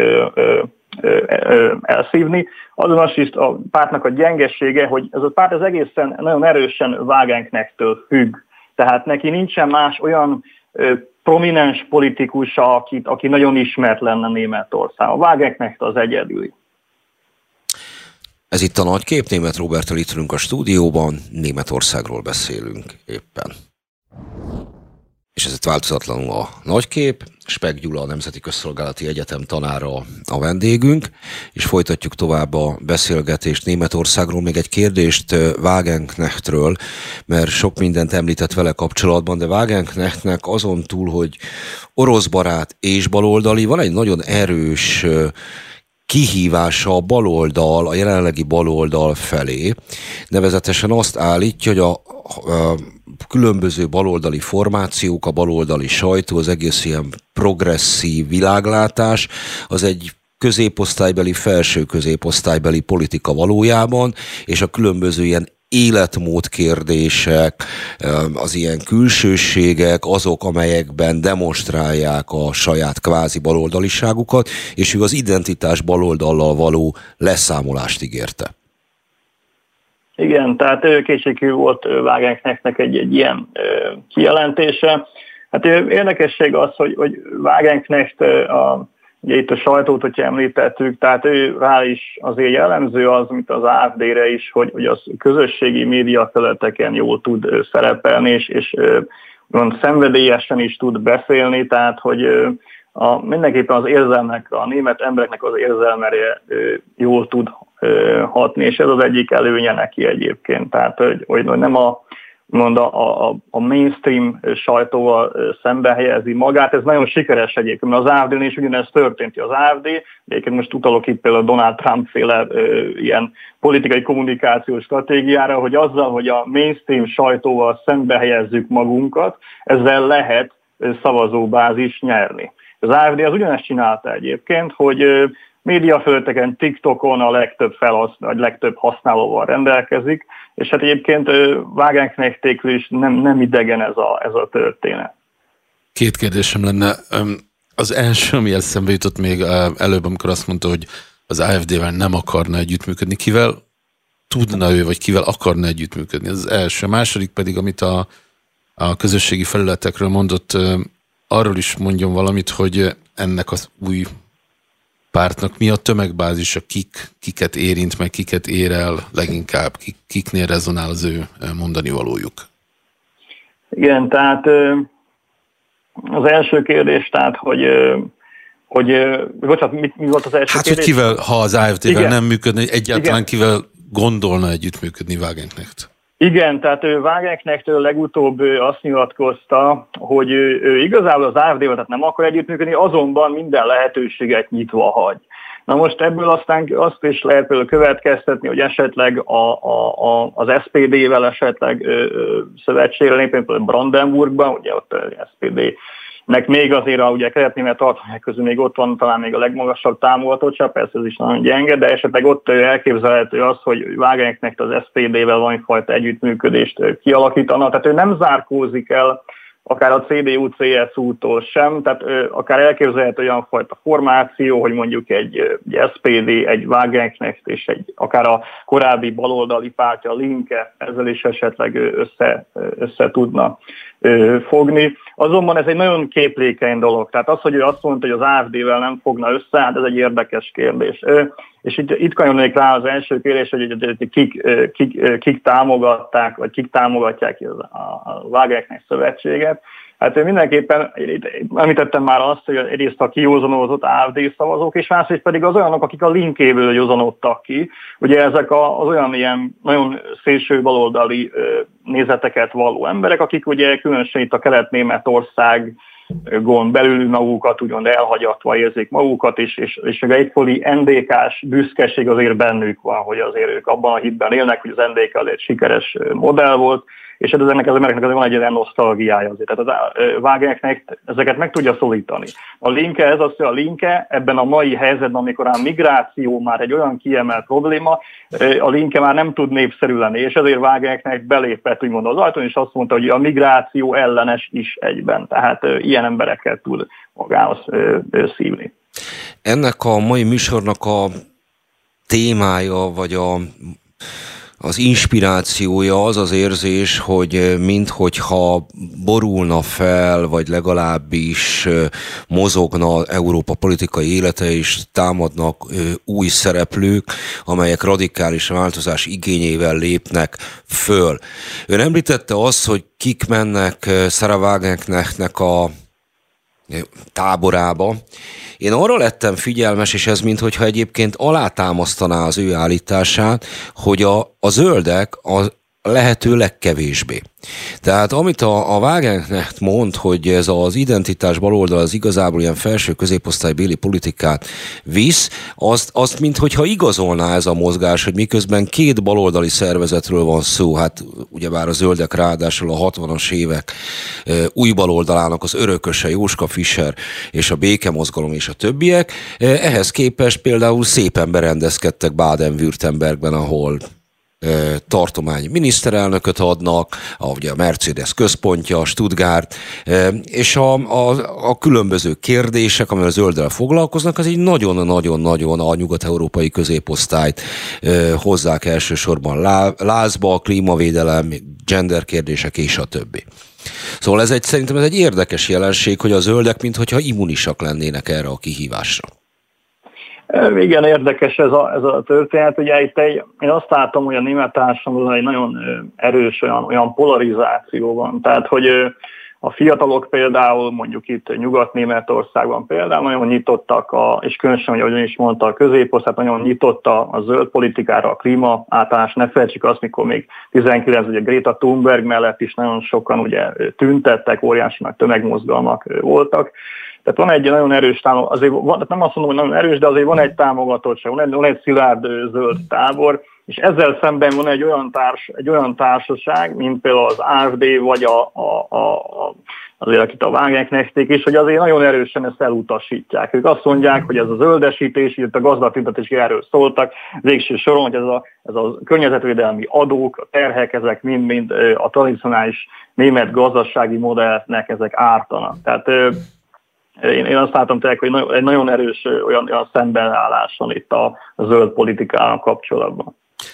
S3: elszívni. Azon is a pártnak a gyengesége, hogy ez a párt az egészen nagyon erősen Wagenknechttől függ. Tehát neki nincsen más olyan ö, prominens politikusa, akit, aki nagyon ismert lenne Németországban. Wagenknecht az egyedüli.
S1: Ez itt a nagy kép, Németh Róberttel itt ülünk a stúdióban, Németországról beszélünk éppen. És ez itt változatlanul a nagy kép. Speck Gyula, a Nemzeti Közszolgálati Egyetem tanára a vendégünk, és folytatjuk tovább a beszélgetést Németországról. Még egy kérdést Wagenknechtről, mert sok mindent említett vele kapcsolatban, de Wagenknechtnek azon túl, hogy orosz barát és baloldali, van egy nagyon erős kihívása a baloldal, a jelenlegi baloldal felé. Nevezetesen azt állítja, hogy a, a különböző baloldali formációk, a baloldali sajtó, az egész ilyen progresszív világlátás, az egy középosztálybeli, felső középosztálybeli politika valójában, és a különböző ilyen életmód kérdések, az ilyen külsőségek, azok, amelyekben demonstrálják a saját kvázi baloldaliságukat, és ő az identitás baloldallal való leszámolást ígérte.
S3: Igen, tehát kétségkívül volt Wagenknechtnek egy, egy ilyen kijelentése. Hát érdekesség az, hogy, hogy Wagenknecht, a, ugye itt a sajtót, hogyha említettük, tehát ő rá is azért jellemző az, mint az á ef dé-re is, hogy, hogy az közösségi média felületeken jól tud szerepelni, és, és mond, szenvedélyesen is tud beszélni, tehát hogy a, mindenképpen az érzelmekre, a német embereknek az érzelmere jól tud hatni, és ez az egyik előnye neki egyébként. Tehát, hogy, hogy nem a, mond a, a, a mainstream sajtóval szembe helyezi magát, ez nagyon sikeres egyébként, mert az á ef dé-nél is ugyanez történt, az á ef dé, egyébként most utalok itt például Donald Trump-féle ilyen politikai kommunikációs stratégiára, hogy azzal, hogy a mainstream sajtóval szembe helyezzük magunkat, ezzel lehet szavazóbázis nyerni. Az á ef dé az ugyanezt csinálta egyébként, hogy médiafelületeken, TikTokon a legtöbb felhasználó, a legtöbb használóval rendelkezik, és hát egyébként Wagenknechtékről is nem, nem idegen ez a, ez a történet.
S2: Két kérdésem lenne. Az első, ami eszembe jutott még előbb, amikor azt mondta, hogy az á ef dé-vel nem akarna együttműködni, kivel tudna ő, vagy kivel akarna együttműködni? Ez az első. A második pedig, amit a, a közösségi felületekről mondott, arról is mondjon valamit, hogy ennek az új pártnak mi a tömegbázisa, kik, kiket érint, meg kiket ér el leginkább, kik, kiknél rezonál az ő mondani valójuk?
S3: Igen, tehát az első kérdés, tehát, hogy, hogy bocsánat, mi, mi volt az első
S2: hát,
S3: kérdés?
S2: hogy kivel, ha az á ef dé-vel
S3: Igen.
S2: nem működne, egyáltalán
S3: Igen.
S2: kivel gondolna együttműködni Wagenknecht?
S3: Igen, tehát ő Wagenknechttől legutóbb azt nyilatkozta, hogy ő, ő igazából az á ef dé-vel tehát nem akar együttműködni, azonban minden lehetőséget nyitva hagy. Na most ebből aztán azt is lehet például következtetni, hogy esetleg a, a, a, az es pé dé-vel esetleg ö, ö, szövetségre lép, például Brandenburgban, ugye ott az es pé dé-nek még azért a ugye kelet-német tartományok közül még ott van talán még a legmagasabb támogatottság, persze ez is nagyon gyenge, de esetleg ott elképzelhető az, hogy Wagenknecht az es pé dé-vel valamifajta együttműködést kialakítana, tehát ő nem zárkózik el akár a cé dé u cé es u-tól sem, tehát ö, akár elképzelhető olyan fajta formáció, hogy mondjuk egy, egy es pé dé, egy Wagenknecht és egy akár a korábbi baloldali pártja, a Linke, ezzel is esetleg össze, össze tudna ö, fogni. Azonban ez egy nagyon képlékeny dolog, tehát az, hogy ő azt mondta, hogy az á ef dé-vel nem fogna össze, hát ez egy érdekes kérdés. Ö, és itt, itt kanyarodnék rá az első kérdés, hogy kik, kik, kik támogatták, vagy kik támogatják a, a Wagenknecht szövetséget. Hát mindenképpen említettem már azt, hogy egyrészt a kijózanodott á ef dé szavazók, és másrészt pedig az olyanok, akik a linkéből józanodtak ki. Ugye ezek az olyan ilyen nagyon szélső baloldali nézeteket valló emberek, akik ugye különösen itt a Kelet-Németországon belül magukat úgymond elhagyatva érzik magukat, és, és, és egykori en dé ká-s büszkeség azért bennük van, hogy azért ők abban a hitben élnek, hogy az en dé ká egy sikeres modell volt, és ezeknek az embereknek azért van egy ilyen nosztalgiája azért. Tehát a Wagenknecht ezeket meg tudja szólítani. A linke, ez az, hogy a linke ebben a mai helyzetben, amikor a migráció már egy olyan kiemelt probléma, a linke már nem tud népszerű lenni, és ezért Wagenknecht belépett úgymond az ajtón, és azt mondta, hogy a migráció ellenes is egyben. Tehát ilyen embereket tud magához szívni.
S1: Ennek a mai műsornak a témája, vagy a az inspirációja az az érzés, hogy minthogyha borulna fel, vagy legalábbis mozogna Európa politikai élete, és támadnak új szereplők, amelyek radikális változás igényével lépnek föl. Ön említette azt, hogy kik mennek Sarah Wagenknechtnek a táborába. Én arra lettem figyelmes, és ez minthogyha egyébként alátámasztaná az ő állítását, hogy a, a zöldek a lehető legkevésbé. Tehát amit a, a Wagenknecht mond, hogy ez az identitás baloldal az igazából ilyen felső középosztálybéli politikát visz, azt, azt minthogyha igazolná ez a mozgás, hogy miközben két baloldali szervezetről van szó, hát ugyebár a zöldek ráadásul a hatvanas évek e, új baloldalának az örököse, Jóska Fischer és a békemozgalom és a többiek, e, ehhez képest például szépen berendezkedtek Baden-Württembergben, ahol tartományi miniszterelnököt adnak, ugye a Mercedes központja, Stuttgart, és a, a, a különböző kérdések, amivel a zölddel foglalkoznak, az így nagyon-nagyon-nagyon a nyugat-európai középosztályt hozzák elsősorban lázba, a klímavédelem, gender kérdések és a többi. Szóval ez egy, szerintem ez egy érdekes jelenség, hogy a zöldek minthogyha immunisak lennének erre a kihívásra.
S3: Igen, érdekes ez a, ez a történet. Ugye itt egy, én azt látom, hogy a német társadalomban egy nagyon erős olyan, olyan polarizáció van. Tehát, hogy a fiatalok például, mondjuk itt Nyugat-Németországban például nagyon nyitottak, a, és különösen, hogy ahogy is mondta, a középosztály nagyon nyitott a, a zöld politikára, a klíma átállás. Ne felejtsük azt, mikor még tizenkilenc, ugye Greta Thunberg mellett is nagyon sokan ugye tüntettek, óriási nagy tömegmozgalmak voltak. Tehát van egy nagyon erős támogatás, azért van, nem azt mondom, hogy nagyon erős, de azért van egy támogatottság, van egy, van egy szilárd zöld tábor, és ezzel szemben van egy olyan, társ, egy olyan társaság, mint például az á ef dé, vagy a, a, a, a, azért akit a Wagenknechték is, hogy azért nagyon erősen ezt elutasítják. Ők azt mondják, hogy ez a zöldesítés, itt a gazdatüntetés erről szóltak, végső soron, hogy ez a, ez a környezetvédelmi adók, a terhek, ezek mind-mind a tradicionális német gazdasági modellnek ezek ártanak. Tehát Én, én azt látom tényleg, hogy egy nagyon erős olyan, olyan szembenállás van itt a, a zöld politikának kapcsolatban.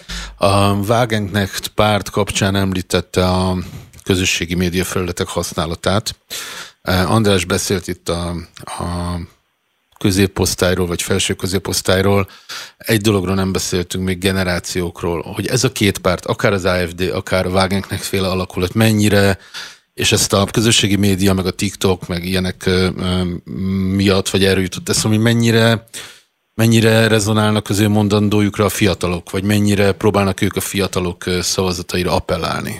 S2: A Wagenknecht párt kapcsán említette a közösségi médiafelületek használatát. András beszélt itt a, a középosztályról, vagy felső középosztályról. Egy dologról nem beszéltünk, még generációkról, hogy ez a két párt, akár az á ef dé, akár a Wagenknecht féle alakulat mennyire, és ezt a közösségi média, meg a TikTok, meg ilyenek miatt, vagy erről jutott eszembe, hogy mennyire, mennyire rezonálnak az ő mondandójukra a fiatalok, vagy mennyire próbálnak ők a fiatalok szavazataira appellálni?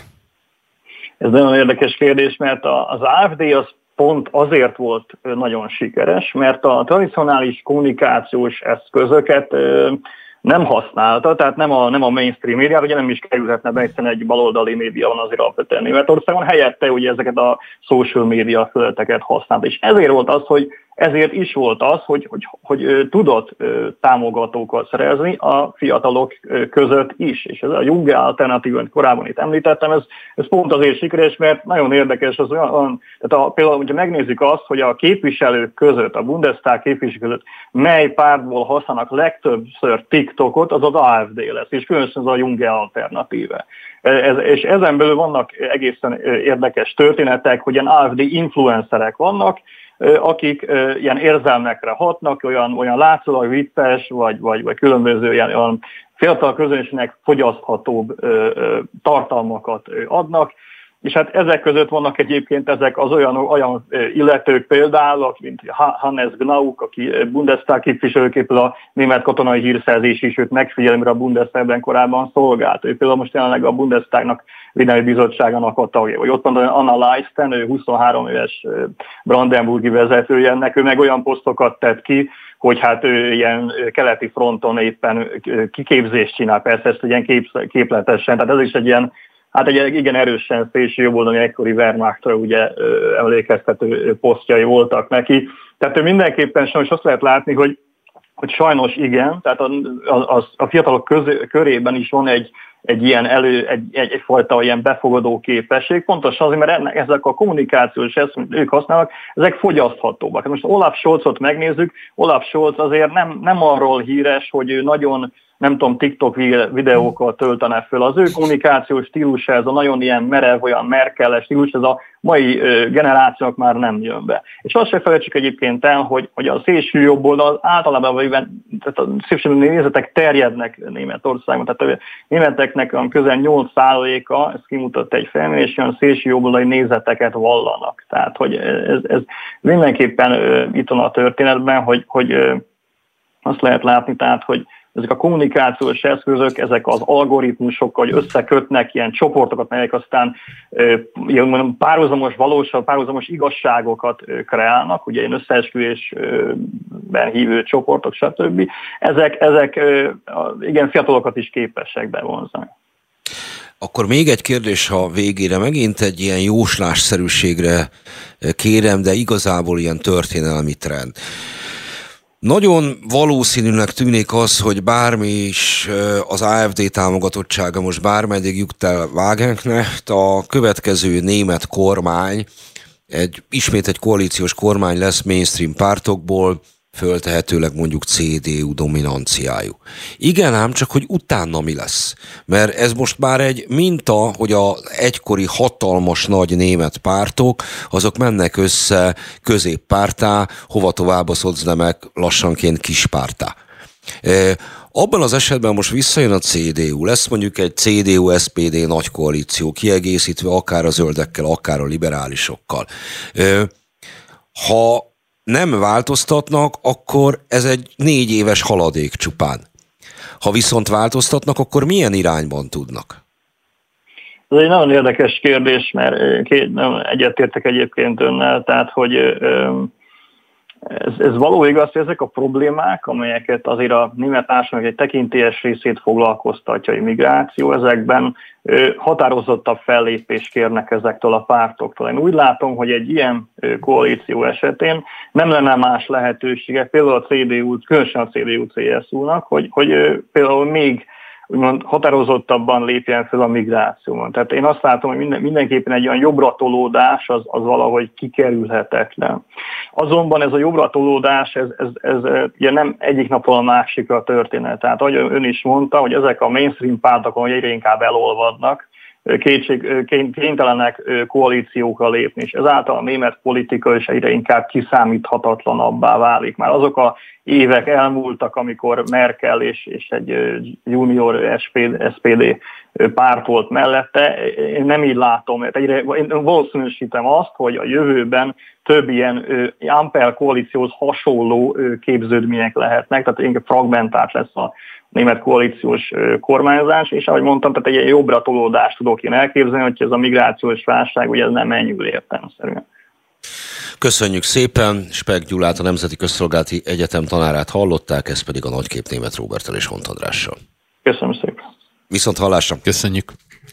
S3: Ez nagyon érdekes kérdés, mert az á ef dé az pont azért volt nagyon sikeres, mert a tradicionális kommunikációs eszközöket nem használta, tehát nem a, nem a mainstream média, ugye nem is kerülhetne be, hiszen egy baloldali média van azért alapvetően Németországon, helyette ugye ezeket a social media felületeket használt. És ezért volt az, hogy ezért is volt az, hogy, hogy, hogy tudott támogatókat szerezni a fiatalok között is. És ez a Junge alternatív, amit korábban itt említettem, ez, ez pont azért sikeres, mert nagyon érdekes az olyan, tehát a, például, hogyha megnézzük azt, hogy a képviselők között, a Bundestag képviselők között mely pártból használnak legtöbbször TikTokot, az az á ef dé lesz, és különösen az a Junge alternatíve. Ez, és ezen belül vannak egészen érdekes történetek, hogy ilyen á ef dé influencerek vannak, akik uh, ilyen érzelmekre hatnak, olyan, olyan látszólag vicces, vagy, vagy, vagy különböző ilyen, olyan fiatal közönségnek fogyaszthatóbb uh, uh, tartalmakat uh, adnak, És hát ezek között vannak egyébként ezek az olyan, olyan illetők például, mint Hannes Gnauk, aki Bundestag képviselő, képül a német katonai hírszerzés is őt megfigyelem, mert a Bundestagben korábban szolgált. Ő például most jelenleg a Bundestagnak Védelmi Bizottságának a tagja. Vagy ott van Anna Leisten, ő huszonhárom éves brandenburgi vezetője, ennek ő meg olyan posztokat tett ki, hogy hát ő ilyen keleti fronton éppen kiképzést csinál, persze ezt ilyen kép, képletesen, tehát ez is egy ilyen, hát egy igen erősen szélső jobboldali egykori Wehrmachtra ugye emlékeztető posztjai voltak neki. Tehát ő mindenképpen sajnos azt lehet látni, hogy, hogy sajnos igen, tehát a, a, a fiatalok közé, körében is van egy, egy ilyen elő, egy, egy, egyfajta ilyen befogadó képesség, pontosan azért, mert ennek, ezek a kommunikációs eszmék, amit ők használnak, ezek fogyaszthatóbbak. Most Olaf Scholzot megnézzük, Olaf Scholz azért nem, nem arról híres, hogy ő nagyon, nem tudom, TikTok videókat töltene föl. Az ő kommunikációs stílusa, ez a nagyon ilyen merev, olyan merkeles stílus, ez a mai generációk már nem jön be. És azt se felejtsük egyébként el, hogy, hogy a szélső jobb oldal általában tehát a szélső nézetek terjednek Németországban. Tehát a németeknek a közel nyolc százaléka, ezt kimutatta egy felmérés, olyan szélső jobboldali nézeteket vallanak. Tehát, hogy ez, ez mindenképpen itt van a történetben, hogy, hogy azt lehet látni, tehát, hogy ezek a kommunikációs eszközök, ezek az algoritmusok, hogy összekötnek ilyen csoportokat, melyek aztán mondom, párhuzamos valóság, párhuzamos igazságokat kreálnak, ugye ilyen összeesküvésben hívő csoportok, stb. Ezek, ezek igen, fiatalokat is képesek bevonzani.
S1: Akkor még egy kérdés a végére, megint egy ilyen jóslásszerűségre kérem, de igazából ilyen történelmi trend. Nagyon valószínűnek tűnik az, hogy bármi is az AfD támogatottsága most bármeddig jut el Wagenknecht, a következő német kormány, egy, ismét egy koalíciós kormány lesz mainstream pártokból, föltehetőleg mondjuk cé dé u dominanciájú. Igen ám, csak hogy utána mi lesz? Mert ez most már egy minta, hogy az egykori hatalmas nagy német pártok, azok mennek össze középpártá, hova tovább a szocdemek lassanként kispártá. E, abban az esetben most visszajön a cé dé u, lesz mondjuk egy cé dé u es pé dé nagy koalíció, kiegészítve akár a zöldekkel, akár a liberálisokkal. E, ha nem változtatnak, akkor ez egy négy éves haladék csupán. Ha viszont változtatnak, akkor milyen irányban tudnak?
S3: Ez egy nagyon érdekes kérdés, mert egyetértek egyébként önnel, tehát hogy ez, ez való igaz, hogy ezek a problémák, amelyeket azért a német társadalom egy tekintélyes részét foglalkoztatja, a migráció, ezekben határozottabb fellépést kérnek ezektől a pártoktól. Én úgy látom, hogy egy ilyen koalíció esetén nem lenne más lehetősége, például a cé dé u, különösen a cé dé u cé es u-nak, hogy, hogy például még úgymond határozottabban lépjen fel a migráción. Tehát én azt látom, hogy minden, mindenképpen egy olyan jobbra tolódás az, az valahogy kikerülhetetlen. Azonban ez a jobbra tolódás, ez, ez, ez ugye nem egyik napról a másikra történet. Tehát ahogy ön is mondta, hogy ezek a mainstream pártok, hogy egyre inkább elolvadnak, kétség, kénytelenek koalíciókra lépni, és ezáltal a német politika is egyre inkább kiszámíthatatlanabbá válik. Már azok a évek elmúltak, amikor Merkel és, és egy junior es pé dé párt volt mellette. Én nem így látom, mert egyre, én valószínűsítem azt, hogy a jövőben több ilyen Ampel koalícióhoz hasonló képződmények lehetnek, tehát inkább fragmentált lesz a német koalíciós kormányzás, és ahogy mondtam, tehát egy ilyen jobbra tolódást tudok én elképzelni, hogy ez a migrációs válság, ugye ez nem enyhül értelemszerűen.
S1: Köszönjük szépen, Speck Gyulát, a Nemzeti Közszolgálati Egyetem tanárát hallották, ez pedig a Nagykép Németh Róberttel és Hont Andrással.
S3: Köszönöm szépen.
S1: Viszont hallásra.
S2: Köszönjük.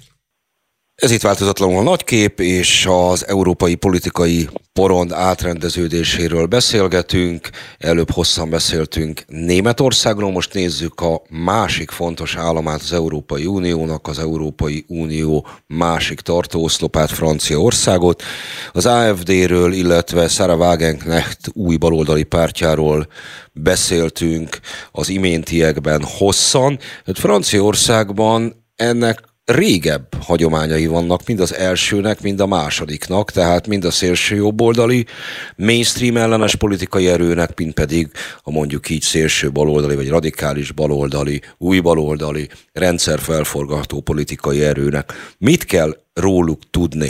S1: Ez itt változatlanul a Nagykép, és az európai politikai porond átrendeződéséről beszélgetünk. Előbb hosszan beszéltünk Németországról, most nézzük a másik fontos államát az Európai Uniónak, az Európai Unió másik tartóoszlopát, Franciaországot. Az AfD-ről, illetve Sarah Wagenknecht új baloldali pártjáról beszéltünk az iméntiekben hosszan. Franciaországban ennek régebb hagyományai vannak, mind az elsőnek, mind a másodiknak, tehát mind a szélső jobboldali mainstream ellenes politikai erőnek, mind pedig a mondjuk így szélső baloldali, vagy radikális baloldali, új baloldali, rendszerfelforgató politikai erőnek. Mit kell róluk tudni?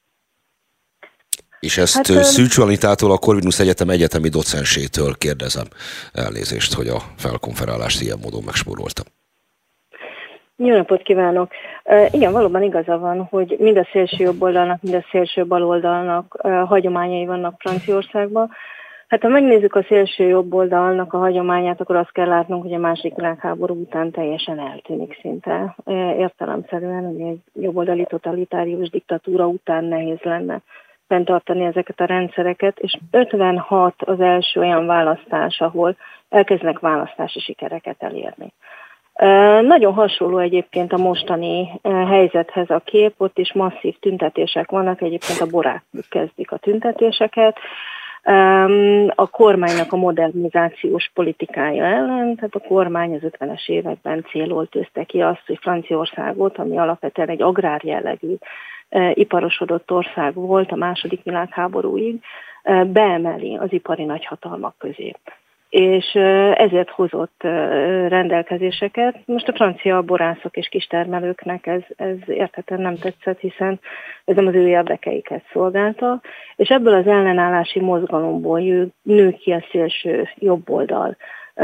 S1: És ezt hát, Szűcs Anitától, a Corvinus Egyetem egyetemi docensétől kérdezem. Elnézést, hogy a felkonferálást ilyen módon megspóroltam.
S4: Jó napot kívánok! Uh, igen, valóban igaza van, hogy mind a szélső jobboldalnak, mind a szélső baloldalnak uh, hagyományai vannak Franciaországban. Hát ha megnézzük a szélső jobboldalnak a hagyományát, akkor azt kell látnunk, hogy a második világháború után teljesen eltűnik szinte. Uh, értelemszerűen, hogy egy jobboldali totalitárius diktatúra után nehéz lenne fenntartani ezeket a rendszereket, és ötvenhat az első olyan választás, ahol elkezdenek választási sikereket elérni. Uh, nagyon hasonló egyébként a mostani uh, helyzethez a kép, ott is masszív tüntetések vannak, egyébként a borák kezdik a tüntetéseket. Um, a kormánynak a modernizációs politikája ellen, tehát a kormány az ötvenes években célul tűzte ki azt, hogy Franciaországot, ami alapvetően egy agrárjellegű uh, iparosodott ország volt a második világháborúig, uh, beemeli az ipari nagyhatalmak közé. És ezért hozott rendelkezéseket. Most a francia borászok és kistermelőknek ez, ez érthetően nem tetszett, hiszen ez nem az ő érdekeiket szolgálta, és ebből az ellenállási mozgalomból nő ki a szélső jobboldal.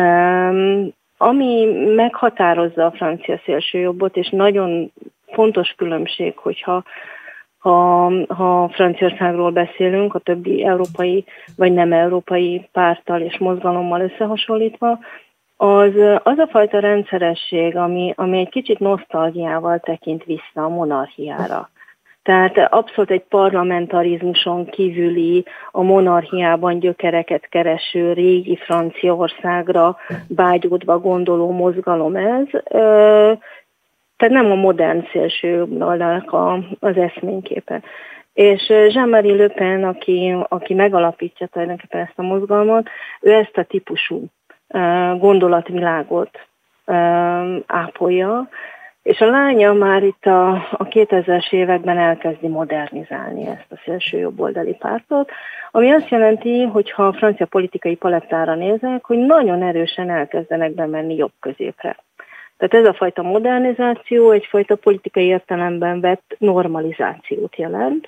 S4: Ami meghatározza a francia szélső jobbot, és nagyon fontos különbség, hogyha Ha, ha Franciaországról beszélünk, a többi európai vagy nem európai párttal és mozgalommal összehasonlítva, az, az a fajta rendszeresség, ami, ami egy kicsit nosztalgiával tekint vissza a monarchiára. Tehát abszolút egy parlamentarizmuson kívüli, a monarchiában gyökereket kereső régi Franciaországra vágyódva gondoló mozgalom ez. Tehát nem a modern szélső oldalnak az eszményképe. És Jean-Marie Le Pen, aki, aki megalapítja tulajdonképpen ezt a mozgalmat, ő ezt a típusú gondolatvilágot ápolja, és a lánya már itt a, a kétezres években elkezdi modernizálni ezt a szélső jobboldali pártot, ami azt jelenti, hogy ha a francia politikai palettára nézek, hogy nagyon erősen elkezdenek bemenni jobb középre. Tehát ez a fajta modernizáció egyfajta politikai értelemben vett normalizációt jelent,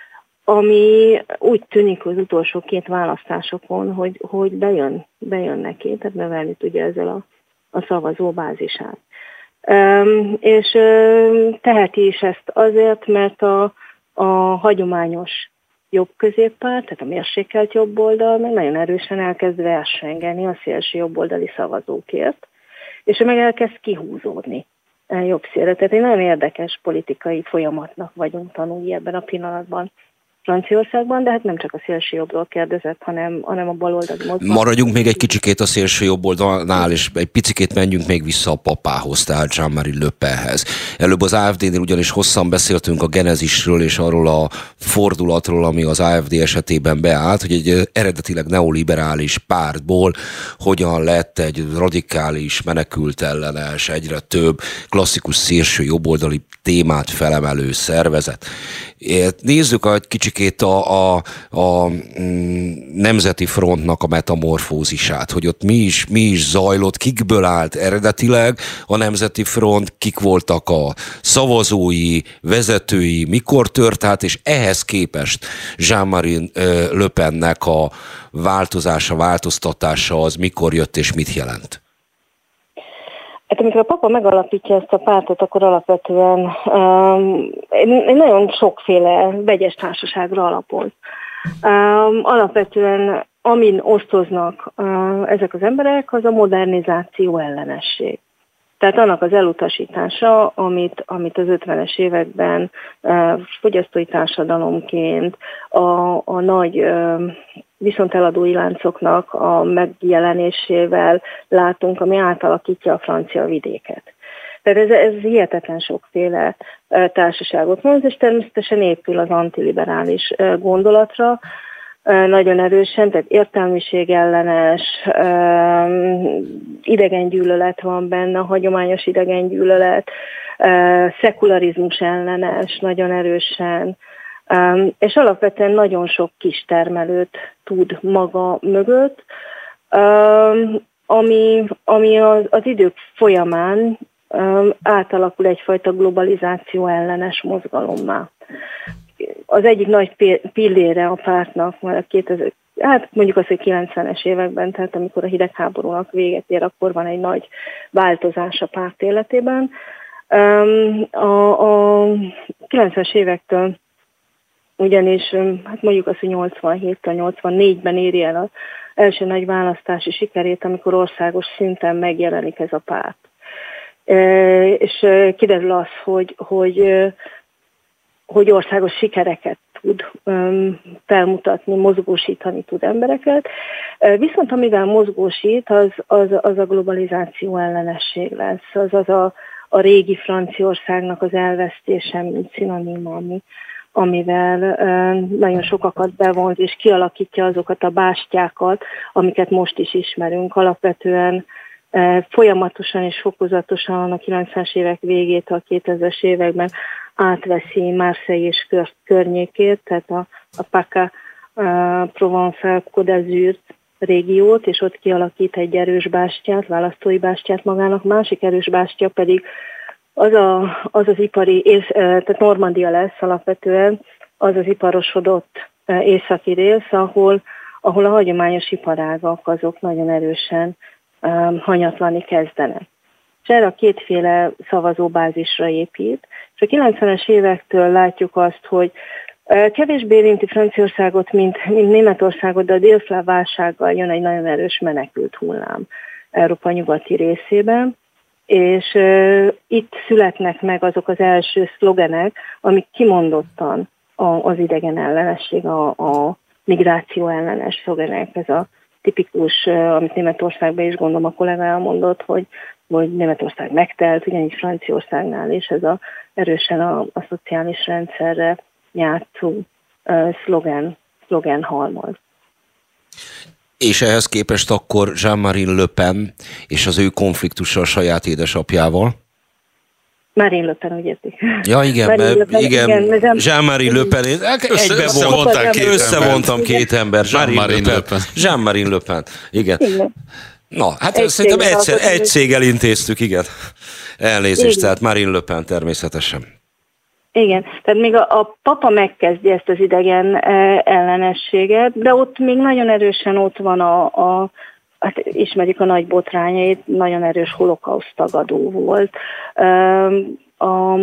S4: ami úgy tűnik az utolsó két választásokon, hogy, hogy bejön, bejön neki, tehát növelni tudja ezzel a, a szavazóbázisát. Um, és um, teheti is ezt azért, mert a, a hagyományos jobb középpárt, tehát a mérsékelt jobboldal meg nagyon erősen elkezd versengeni a szélső jobboldali szavazókért, és ő meg elkezd kihúzódni jobb szélre. Tehát egy nagyon érdekes politikai folyamatnak vagyunk tanulni ebben a pillanatban Franciaországban, de hát nem csak a szélső jobbról kérdezett, hanem, hanem a baloldali mozgalom.
S1: Maradjunk még egy kicsikét a szélső jobboldalnál, és egy picikét menjünk még vissza a papához, tehát Jean-Marie Le Penhez. Előbb az á ef dé-nél ugyanis hosszan beszéltünk a genezisről és arról a fordulatról, ami az á ef dé esetében beállt, hogy egy eredetileg neoliberális pártból hogyan lett egy radikális, menekültellenes, egyre több klasszikus szélső jobboldali témát felemelő szervezet. Nézzük egy kicsikét a, a, a Nemzeti Frontnak a metamorfózisát, hogy ott mi is, mi is zajlott, kikből állt eredetileg a Nemzeti Front, kik voltak a szavazói, vezetői, mikor tört át, és ehhez képest Jean-Marie Le Pennek a változása, változtatása az mikor jött és mit jelent?
S4: Hát amikor a papa megalapítja ezt a pártot, akkor alapvetően um, egy nagyon sokféle vegyes társaságra alapul. Um, alapvetően amin osztoznak uh, ezek az emberek, az a modernizáció ellenesség. Tehát annak az elutasítása, amit, amit az ötvenes években uh, fogyasztói társadalomként a, a nagy uh, viszonteladói láncoknak a megjelenésével látunk, ami átalakítja a francia vidéket. Tehát ez, ez hihetetlen sokféle uh, társaságot mond, és természetesen épül az antiliberális uh, gondolatra, nagyon erősen, tehát értelmiség ellenes, idegengyűlölet van benne, hagyományos idegengyűlölet, szekularizmus ellenes, nagyon erősen, és alapvetően nagyon sok kistermelőt tud maga mögött, ami, ami az, az idők folyamán átalakul egyfajta globalizáció ellenes mozgalommá. Az egyik nagy pillére a pártnak, mert kétezer, hát mondjuk azt, hogy kilencvenes években, tehát amikor a hidegháborúnak véget ér, akkor van egy nagy változás a párt életében. A, a kilencvenes évektől ugyanis, hát mondjuk azt, hogy nyolcvanhéttől nyolcvannégyben éri el az első nagy választási sikerét, amikor országos szinten megjelenik ez a párt. És kiderül az, hogy, hogy, hogy országos sikereket tud felmutatni, mozgósítani tud embereket. Viszont amivel mozgósít, az, az, az a globalizáció ellenesség lesz. Az az a, a régi Franciaországnak az elvesztése, mint szinoníma, ami, amivel nagyon sokakat bevonz, és kialakítja azokat a bástyákat, amiket most is ismerünk. Alapvetően folyamatosan és fokozatosan a kilencvenes évek végétől a kétezres években átveszi Marseille és kör, környékét, tehát a, a PACA Provence Côte d'Azur régiót, és ott kialakít egy erős bástyát, választói bástyát magának. Másik erős bástya pedig az a, az, az ipari, tehát Normandia lesz alapvetően, az az iparosodott északi rész, ahol, ahol a hagyományos iparágak azok nagyon erősen um, hanyatlani kezdenek. És erre a kétféle szavazóbázisra épít. És a kilencvenes évektől látjuk azt, hogy kevésbé érinti Franciaországot, mint, mint Németországot, de a délszláv válsággal jön egy nagyon erős menekült hullám Európa nyugati részében, és uh, itt születnek meg azok az első szlogenek, amik kimondottan a, az idegen ellenesség, a, a migráció ellenes szlogenek, ez a tipikus, uh, amit Németországban is gondolom a kollega elmondott, hogy, hogy Németország megtelt, ugyanígy Franciaországnál, és ez a, erősen a, a szociális rendszerre játszó uh, szlogen, szlogen halmaz.
S1: És ehhez képest akkor Jean-Marie Le Pen és az ő konfliktusa a saját édesapjával?
S4: Marine Le Pen, úgy értik.
S1: Ja, igen,
S4: Marine
S1: mert,
S4: Le Pen, igen,
S1: igen Jean-Marie Le Pen, egybe
S2: összevonták két
S1: összevontam két ember.
S2: Jean-Marie Le Pen.
S1: Jean-Marie Le Pen, igen.
S4: igen.
S1: Na, hát
S4: egy
S1: szerintem
S4: cég
S1: egyszer,
S4: alkotott.
S1: egy céggel intéztük, igen. Elnézést,
S4: Igen.
S1: tehát Marine Le Pen természetesen.
S4: Igen, tehát még a, a papa megkezdi ezt az idegen ellenességet, de ott még nagyon erősen ott van a, a hát ismerjük a nagy botrányait, nagyon erős holokauszt tagadó volt. A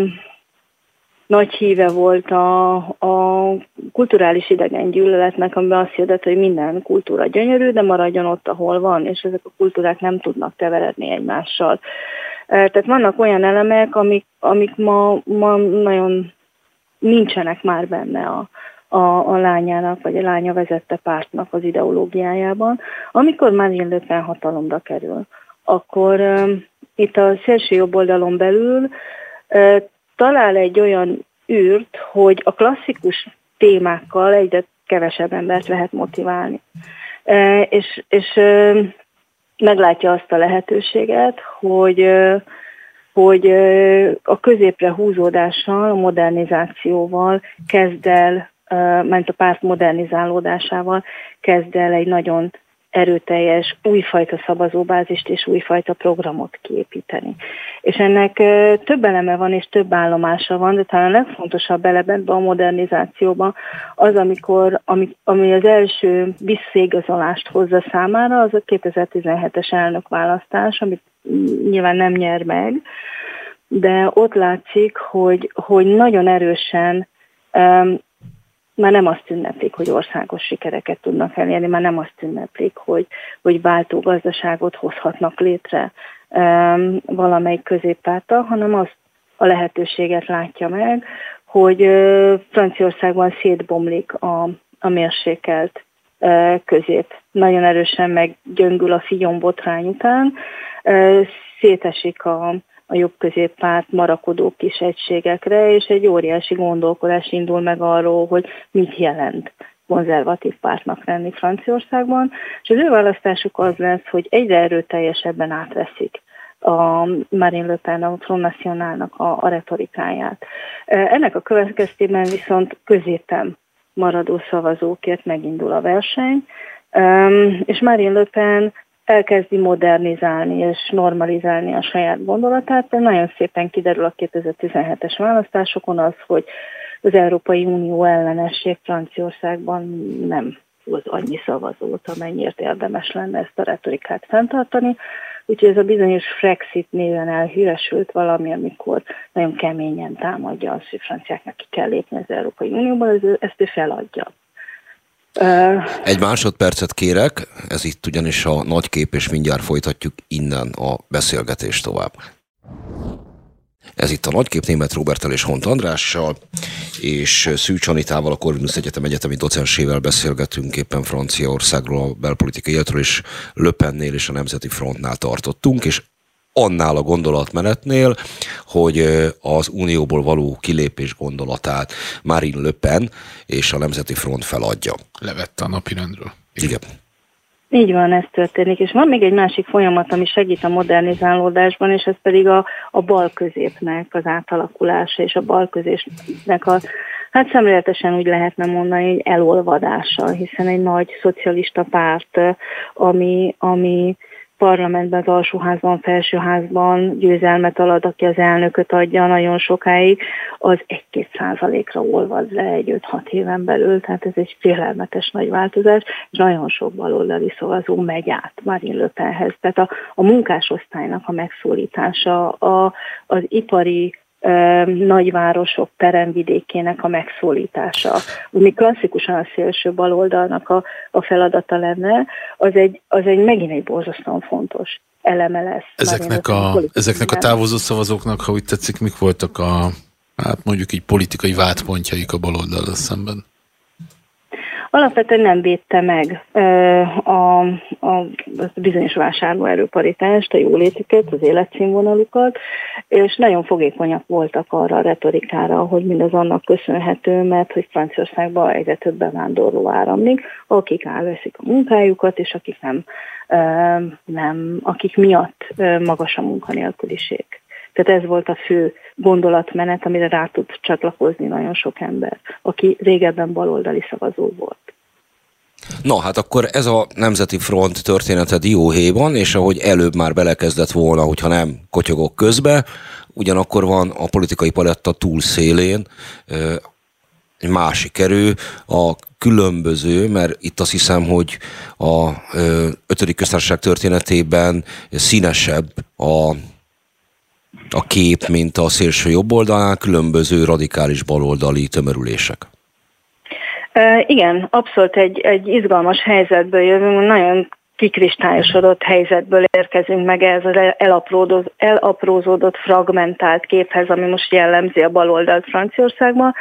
S4: nagy híve volt a, a kulturális idegen gyűlöletnek, amiben azt hirdett, hogy minden kultúra gyönyörű, de maradjon ott, ahol van, és ezek a kultúrák nem tudnak keveredni egymással. Tehát vannak olyan elemek, amik, amik ma, ma nagyon nincsenek már benne a, a, a lányának, vagy a lánya vezette pártnak az ideológiájában. Amikor Marine Le Pen hatalomra kerül, akkor um, itt a szélső jobb oldalon belül uh, talál egy olyan űrt, hogy a klasszikus témákkal egyre kevesebb embert lehet motiválni. Uh, és és uh, meglátja azt a lehetőséget, hogy, hogy a középre húzódással, a modernizációval kezd el, ment a párt modernizálódásával kezd el egy nagyon erőteljes újfajta szavazóbázist és újfajta programot kiépíteni. És ennek több eleme van és több állomása van, de talán a legfontosabb eleme a modernizációban az, amikor, ami, ami az első visszaigazolást hozza számára, az a kétezer-tizenhetes elnökválasztás, amit nyilván nem nyer meg, de ott látszik, hogy, hogy nagyon erősen um, már nem azt ünneplik, hogy országos sikereket tudnak elérni, már nem azt ünneplik, hogy, hogy váltó gazdaságot hozhatnak létre um, valamelyik középpárttal, hanem azt a lehetőséget látja meg, hogy uh, Franciaországban szétbomlik a, a mérsékelt uh, közép. Nagyon erősen meggyöngül a Fillon botrány után, uh, szétesik a a jobb középpárt marakodó kis egységekre, és egy óriási gondolkodás indul meg arról, hogy mit jelent konzervatív pártnak lenni Franciaországban, és az ő választásuk az lesz, hogy egyre erőteljesebben átveszik a Marine Le Pen, a Front Nationalnak a, a retorikáját. Ennek a következtében viszont középen maradó szavazókért megindul a verseny, és Marine Le Pen elkezdi modernizálni és normalizálni a saját gondolatát, de nagyon szépen kiderül a kétezer-tizenhetes választásokon az, hogy az Európai Unió ellenesség Franciaországban nem hoz annyi szavazót, amennyiért érdemes lenne ezt a retorikát fenntartani. Úgyhogy ez a bizonyos Frexit néven elhíresült valami, amikor nagyon keményen támadja azt, hogy franciáknak ki kell lépni az Európai Unióban, ezt ő feladja.
S1: Egy másodpercet kérek, ez itt ugyanis a nagy kép, és mindjárt folytatjuk innen a beszélgetést tovább. Ez itt a Nagykép Németh Róberttel és Hont Andrással, és Szűcs Anitával, a Corvinus Egyetem egyetemi docensével beszélgetünk éppen Franciaországról, a belpolitikai életről, és Le Pennél és a Nemzeti Frontnál tartottunk, és annál a gondolatmenetnél, hogy az unióból való kilépés gondolatát Marine Le Pen és a Nemzeti Front feladja.
S2: Levette a napirendről.
S1: Igen.
S4: Így van, ez történik. És van még egy másik folyamat, ami segít a modernizálódásban, és ez pedig a, a balközépnek az átalakulása, és a balközépnek a, hát szemléletesen úgy lehetne mondani, hogy elolvadása, hiszen egy nagy szocialista párt, ami, ami parlamentben, az alsóházban, felsőházban győzelmet alad, aki az elnököt adja nagyon sokáig, az egy-két százalékra olvad le egy öt-hat éven belül, tehát ez egy félelmetes nagy változás, és nagyon sok baloldali szavazó megy át Marine Le Penhez. Tehát a, a munkásosztálynak a megszólítása, a, az ipari nagyvárosok peremvidékének a megszólítása, ami klasszikusan a szélső baloldalnak a, a feladata lenne, az egy, az egy megint egy borzasztóan fontos eleme lesz.
S2: Ezeknek a, ezeknek a távozó szavazóknak, ha úgy tetszik, mik voltak a, hát mondjuk így politikai vádpontjaik a baloldallal szemben?
S4: Alapvetően nem védte meg a, a, a bizonyos vásárlóerőparitást, a jólétüket, az életszínvonalukat, és nagyon fogékonyak voltak arra a retorikára, hogy mindez annak köszönhető, mert hogy Franciaországban egyre több bevándorló áramlik, akik elveszik a munkájukat, és akik nem, nem akik miatt magas a munkanélküliség. Tehát ez volt a fő gondolatmenet, amire rá tud csatlakozni nagyon sok ember, aki régebben baloldali szavazó volt.
S1: Na, hát akkor ez a Nemzeti Front története dióhéjban, és ahogy előbb már belekezdett volna, hogyha nem kotyogok közbe, ugyanakkor van a politikai paletta túlszélén egy másik erő, a különböző, mert itt azt hiszem, hogy a ötödik köztársaság történetében színesebb a a kép, mint a szélső jobboldalán, különböző radikális baloldali tömörülések.
S4: Uh, igen, abszolút egy, egy izgalmas helyzetből jövünk, nagyon kikristályosodott helyzetből érkezünk meg ez az elaprózódott, elaprózódott fragmentált képhez, ami most jellemzi a baloldalt Franciaországban.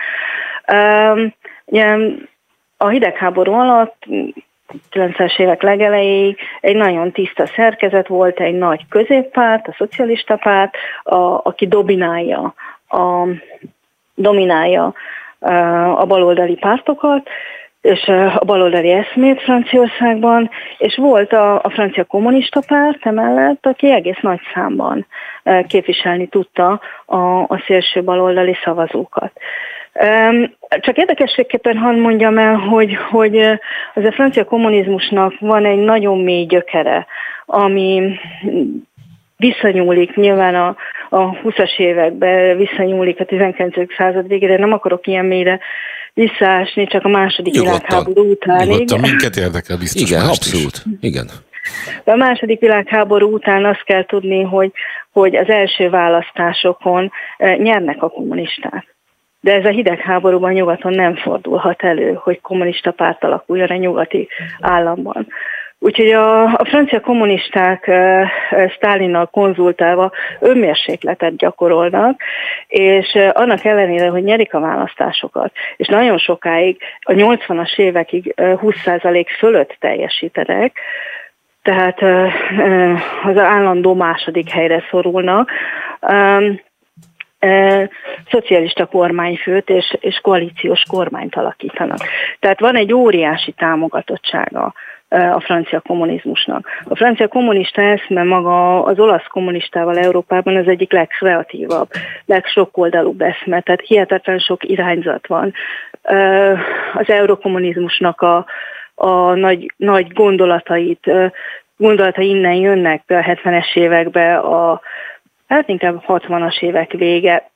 S4: Uh, ugye, a hidegháború alatt kilencvenes évek legelejéig egy nagyon tiszta szerkezet volt, egy nagy középpárt, a szocialista párt, a, aki dominálja a, dominálja a baloldali pártokat, és a baloldali eszmét Franciaországban, és volt a, a francia kommunista párt emellett, aki egész nagy számban képviselni tudta a, a szélső baloldali szavazókat. Csak érdekességképpen hadd mondjam el, hogy, hogy az a francia kommunizmusnak van egy nagyon mély gyökere, ami visszanyúlik nyilván a, a huszas években, visszanyúlik a tizenkilencedik század végére, nem akarok ilyen mélyre visszaásni, csak a második
S1: Nyugodtan.
S4: világháború után.
S2: Nyugodtan, minket érdekel biztos.
S1: Igen, abszolút. Igen.
S4: A második világháború után azt kell tudni, hogy, hogy az első választásokon nyernek a kommunisták. De ez a hidegháborúban nyugaton nem fordulhat elő, hogy kommunista párt alakuljon a nyugati államban. Úgyhogy a, a francia kommunisták uh, Sztálinnal konzultálva önmérsékletet gyakorolnak, és uh, annak ellenére, hogy nyerik a választásokat, és nagyon sokáig, a nyolcvanas évekig uh, húsz százalék fölött teljesítenek, tehát uh, uh, az állandó második helyre szorulnak, um, E, szocialista kormányfőt és, és koalíciós kormányt alakítanak. Tehát van egy óriási támogatottsága e, a francia kommunizmusnak. A francia kommunista eszme maga az olasz kommunistával Európában az egyik legkreatívabb, legsokoldalúbb eszme, tehát hihetetlen sok irányzat van. E, az eurokommunizmusnak a, a nagy, nagy gondolatait e, gondolata innen jönnek be a hetvenes évekbe, a, hát inkább hatvanas évek vége,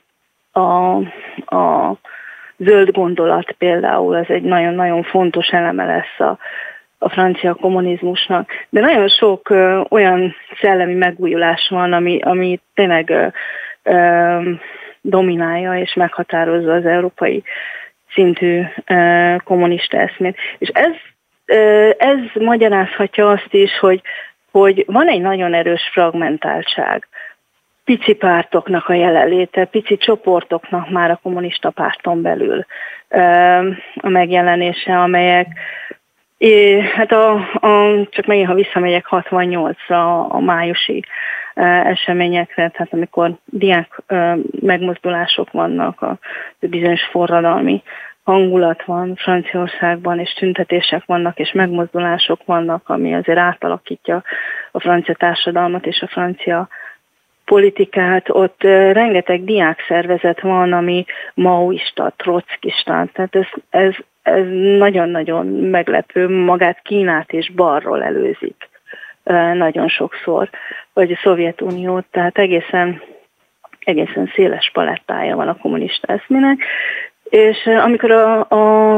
S4: a, a zöld gondolat például, ez egy nagyon-nagyon fontos eleme lesz a, a francia kommunizmusnak. De nagyon sok ö, olyan szellemi megújulás van, ami, ami tényleg ö, ö, dominálja és meghatározza az európai szintű ö, kommunista eszmét. És ez, ö, ez magyarázhatja azt is, hogy, hogy van egy nagyon erős fragmentáltság. Pici pártoknak a jelenléte, pici csoportoknak már a kommunista párton belül ö, a megjelenése, amelyek É, hát a, a, csak megint, ha visszamegyek hatvannyolcra a, a májusi e, eseményekre, tehát amikor diák e, megmozdulások vannak, a, a bizonyos forradalmi hangulat van Franciaországban, és tüntetések vannak, és megmozdulások vannak, ami azért átalakítja a francia társadalmat és a francia politikát. Ott e, rengeteg diákszervezet van, ami maoista, trockista, tehát ez, ez Ez nagyon-nagyon meglepő, magát Kínát és balról előzik nagyon sokszor, vagy a Szovjetuniót, tehát egészen, egészen széles palettája van a kommunista eszmének, és amikor a, a,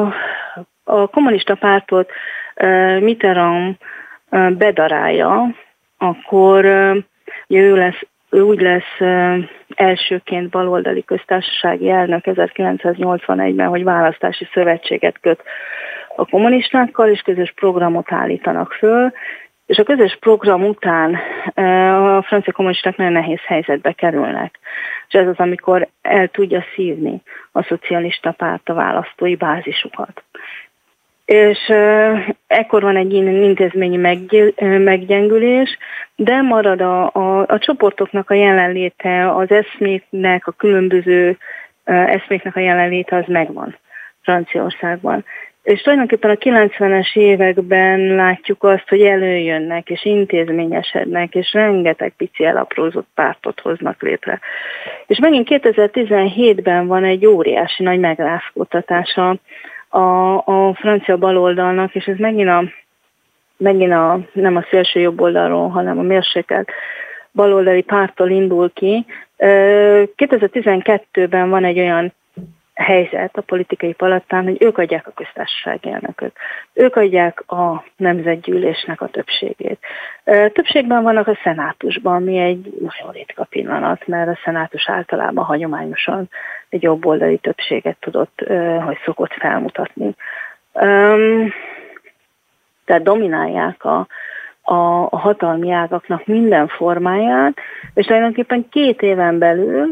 S4: a kommunista pártot Mitterrand bedarálja, akkor ő lesz ő úgy lesz elsőként baloldali köztársasági elnök ezerkilencszáznyolcvanegyben, hogy választási szövetséget köt a kommunistákkal, és közös programot állítanak föl, és a közös program után a francia kommunisták nagyon nehéz helyzetbe kerülnek. És ez az, amikor el tudja szívni a szocialista párt a választói bázisukat. És uh, ekkor van egy intézményi meggyengülés, de marad a, a, a csoportoknak a jelenléte, az eszméknek, a különböző uh, eszméknek a jelenléte az megvan Franciaországban. És tulajdonképpen a kilencvenes években látjuk azt, hogy előjönnek és intézményesednek, és rengeteg pici elaprózott pártot hoznak létre. És megint kétezer-tizenhétben van egy óriási nagy megrázkódtatása A, a francia baloldalnak, és ez megint, a, megint a, nem a szélső jobb oldalról, hanem a mérsékelt baloldali párttól indul ki. kétezer-tizenkettőben van egy olyan helyzet a politikai palettán, hogy ők adják a köztársasági elnököt. Ők adják a nemzetgyűlésnek a többségét. Többségben vannak a szenátusban, ami egy nagyon ritka pillanat, mert a szenátus általában hagyományosan egy jobboldali többséget tudott, vagy szokott felmutatni. Tehát dominálják a, a, a hatalmi ágaknak minden formáját, és tulajdonképpen két éven belül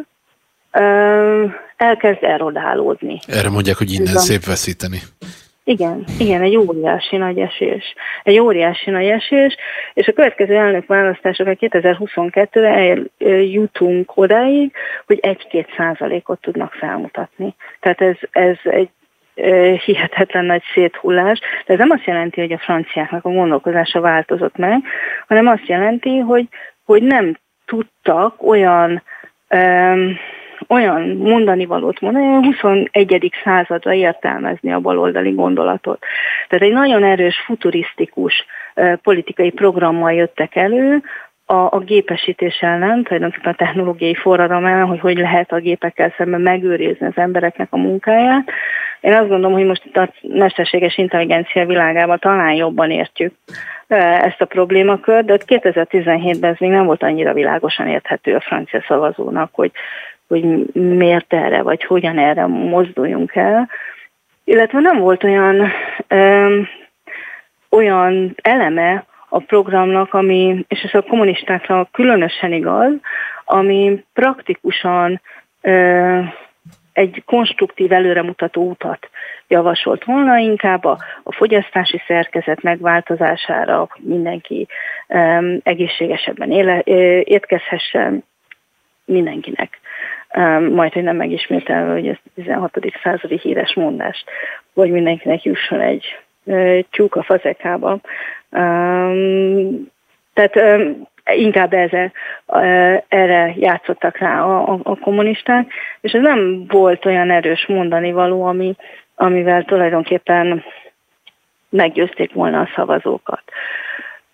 S4: elkezd erodálódni.
S2: Erre mondják, hogy innen szép veszíteni.
S4: Igen, igen, egy óriási nagy esés. Egy óriási nagy esés, és a következő elnökválasztásokra kétezer-huszonkettőre eljutunk odáig, hogy egy-két százalékot tudnak felmutatni. Tehát ez, ez egy hihetetlen nagy széthullás, de ez nem azt jelenti, hogy a franciáknak a gondolkozása változott meg, hanem azt jelenti, hogy, hogy nem tudtak olyan um, olyan mondani valót mondani, hogy a huszonegyedik századra értelmezni a baloldali gondolatot. Tehát egy nagyon erős, futurisztikus uh, politikai programmal jöttek elő, a, a gépesítés ellen, tulajdonképpen a technológiai forradalom ellen, hogy hogy lehet a gépekkel szemben megőrizni az embereknek a munkáját. Én azt gondolom, hogy most a mesterséges intelligencia világában talán jobban értjük ezt a problémakört, de kétezer-tizenhétben ez még nem volt annyira világosan érthető a francia szavazónak, hogy, hogy miért erre, vagy hogyan erre mozduljunk el. Illetve nem volt olyan, ö, olyan eleme a programnak, ami, és ez a kommunistákra különösen igaz, ami praktikusan ö, egy konstruktív előremutató utat javasolt volna, inkább a, a fogyasztási szerkezet megváltozására, hogy mindenki um, egészségesebben éle, étkezhessen mindenkinek. Um, majd, hogy nem megismételve, hogy ez tizenhatodik századi híres mondás, hogy mindenkinek jusson egy uh, tyúk a fazekába. Um, tehát um, inkább ezzel, erre játszottak rá a, a, a kommunisták, és ez nem volt olyan erős mondani való, ami, amivel tulajdonképpen meggyőzték volna a szavazókat.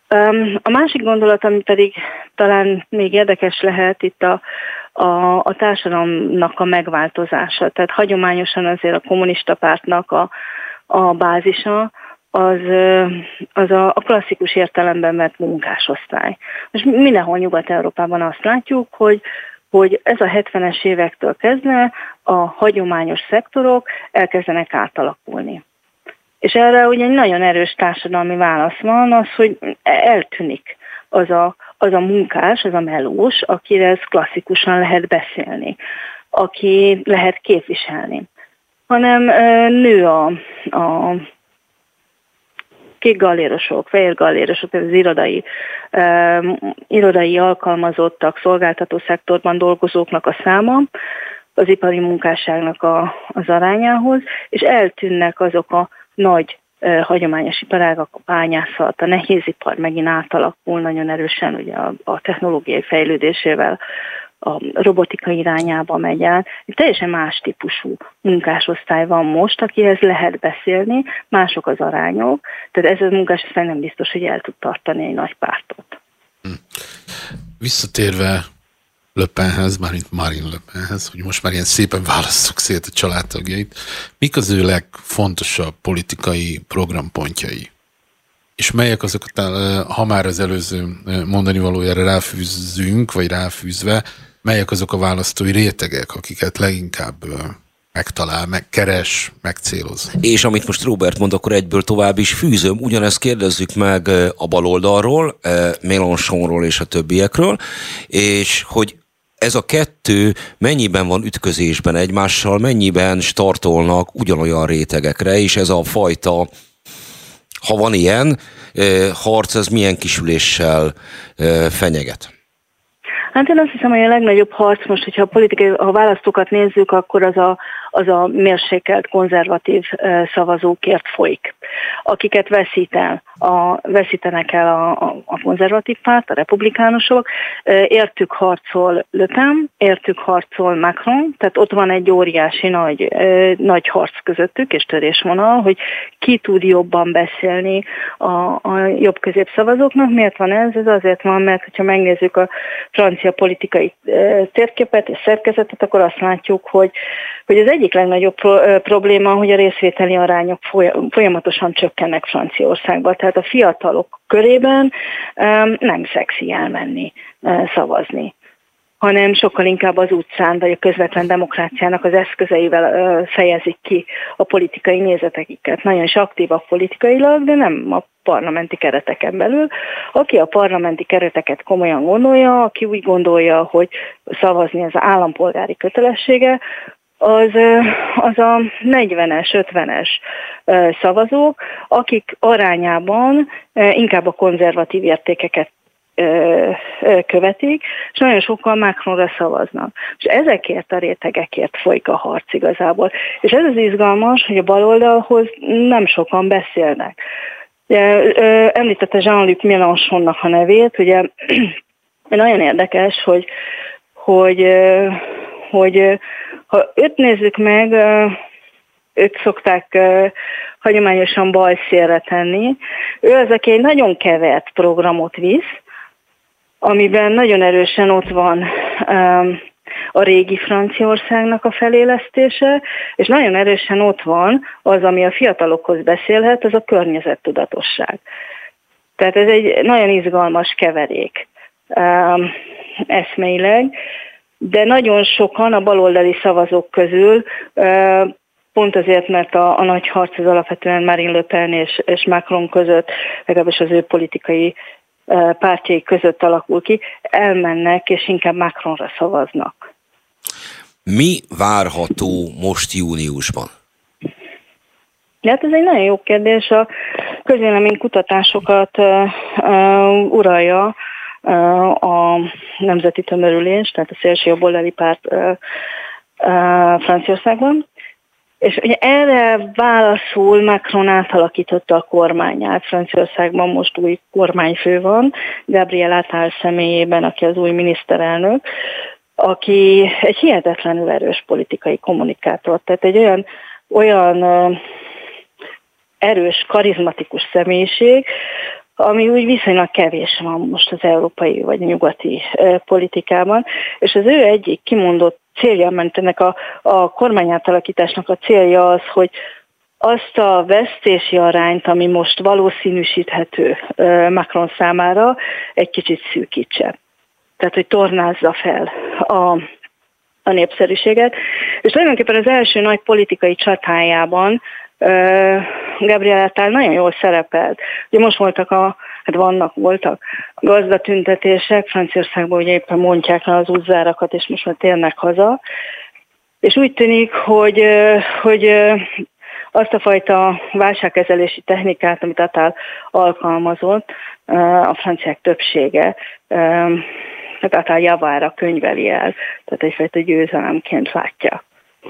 S4: A másik gondolat, ami pedig talán még érdekes lehet, itt a, a, a társadalomnak a megváltozása. Tehát hagyományosan azért a kommunista pártnak a, a bázisa, az, az a, a klasszikus értelemben vett munkásosztály. Most mindenhol Nyugat-Európában azt látjuk, hogy, hogy ez a hetvenes évektől kezdve a hagyományos szektorok elkezdenek átalakulni. És erre ugye egy nagyon erős társadalmi válasz van, az, hogy eltűnik az a, az a munkás, az a melós, akire ez klasszikusan lehet beszélni, aki lehet képviselni. Hanem nő a, a kék gallérosok, fehér gallérosok, az irodai, uh, irodai alkalmazottak, szolgáltató szektorban dolgozóknak a száma, az ipari munkásságnak a, az arányához, és eltűnnek azok a nagy uh, hagyományos iparágak, a bányászat, a nehézipar megint átalakul nagyon erősen ugye a, a technológiai fejlődésével, a robotika irányába megy el. Egy teljesen más típusú munkásosztály van most, akihez lehet beszélni, mások az arányok, tehát ez a munkásosztály nem biztos, hogy el tud tartani egy nagy pártot. Hm.
S2: Visszatérve Le Penhez, mármint Marine Le Penhez, hogy most már ilyen szépen válasszuk szét a családtagjait, mik az ő legfontosabb politikai programpontjai? És melyek azok, ha már az előző mondani valójára ráfűzzünk, vagy ráfűzve, melyek azok a választói rétegek, akiket leginkább megtalál, megkeres, megcéloz?
S1: És amit most Róbert mond, akkor egyből tovább is fűzöm. Ugyanezt kérdezzük meg a baloldalról, Mélenchonról és a többiekről, és hogy ez a kettő mennyiben van ütközésben egymással, mennyiben startolnak ugyanolyan rétegekre, és ez a fajta, ha van ilyen harc, ez milyen kisüléssel fenyeget?
S4: Hát én azt hiszem, hogy a legnagyobb harc most, hogyha a politikai, ha a választókat nézzük, akkor az a, az a mérsékelt, konzervatív szavazókért folyik, akiket veszít el, a, veszítenek el a, a konzervatív párt, a republikánusok, értük harcol Le Pen, értük harcol Macron, tehát ott van egy óriási nagy, nagy harc közöttük, és törésvonal, hogy ki tud jobban beszélni a, a jobb középszavazóknak. Miért van ez? Ez azért van, mert hogyha megnézzük a francia politikai térképet és szerkezetet, akkor azt látjuk, hogy, hogy az egyik legnagyobb pro, probléma, hogy a részvételi arányok folyamatosan csökkennek Franciaországban. Tehát a fiatalok körében nem szexi elmenni szavazni, hanem sokkal inkább az utcán, vagy a közvetlen demokráciának az eszközeivel fejezik ki a politikai nézeteiket. Nagyon is aktívak politikailag, de nem a parlamenti kereteken belül. Aki a parlamenti kereteket komolyan gondolja, aki úgy gondolja, hogy szavazni az állampolgári kötelessége, az, az a negyvenes, ötvenes szavazók, akik arányában inkább a konzervatív értékeket követik, és nagyon sokan Macronra szavaznak. És ezekért a rétegekért folyik a harc igazából. És ez az izgalmas, hogy a baloldalhoz nem sokan beszélnek. Említette Jean-Luc Mélenchonnak a nevét, ugye nagyon érdekes, hogy, hogy, hogy ha őt nézzük meg, őt szokták hagyományosan bal szélre tenni. Ő az, aki egy nagyon kevert programot visz, amiben nagyon erősen ott van um, a régi Franciaországnak a felélesztése, és nagyon erősen ott van az, ami a fiatalokhoz beszélhet, az a környezettudatosság. Tehát ez egy nagyon izgalmas keverék um, eszmeileg, de nagyon sokan a baloldali szavazók közül, uh, pont azért, mert a, a nagy harc az alapvetően Marine Le Pen és, és Macron között, legalábbis az ő politikai pártjai között alakul ki, elmennek, és inkább Macronra szavaznak.
S1: Mi várható most júniusban?
S4: Hát ez egy nagyon jó kérdés. A közvéleménykutatásokat uh, uh, uralja uh, a Nemzeti Tömörülés, tehát a szélsőjobboldali párt uh, uh, Franciaországban. És ugye erre válaszul Macron átalakította a kormányát. Franciaországban most új kormányfő van, Gabriel Attal személyében, aki az új miniszterelnök, aki egy hihetetlenül erős politikai kommunikátor. Tehát egy olyan, olyan erős, karizmatikus személyiség, ami úgy viszonylag kevés van most az európai vagy nyugati politikában, és az ő egyik kimondott célja, mert ennek a, a kormányátalakításnak a célja az, hogy azt a vesztési arányt, ami most valószínűsíthető Macron számára, egy kicsit szűkítse. Tehát, hogy tornázza fel a, a népszerűséget. És tulajdonképpen az első nagy politikai csatájában Gabriel Attal nagyon jól szerepelt. Ugye most voltak a, hát vannak, voltak gazdatüntetések, Franciaországban ugye éppen mondják le az útzárakat, és most már térnek haza. És úgy tűnik, hogy, hogy azt a fajta válságkezelési technikát, amit Attal alkalmazott, a franciák többsége, hát Attal javára könyveli el, tehát egyfajta győzelemként látja.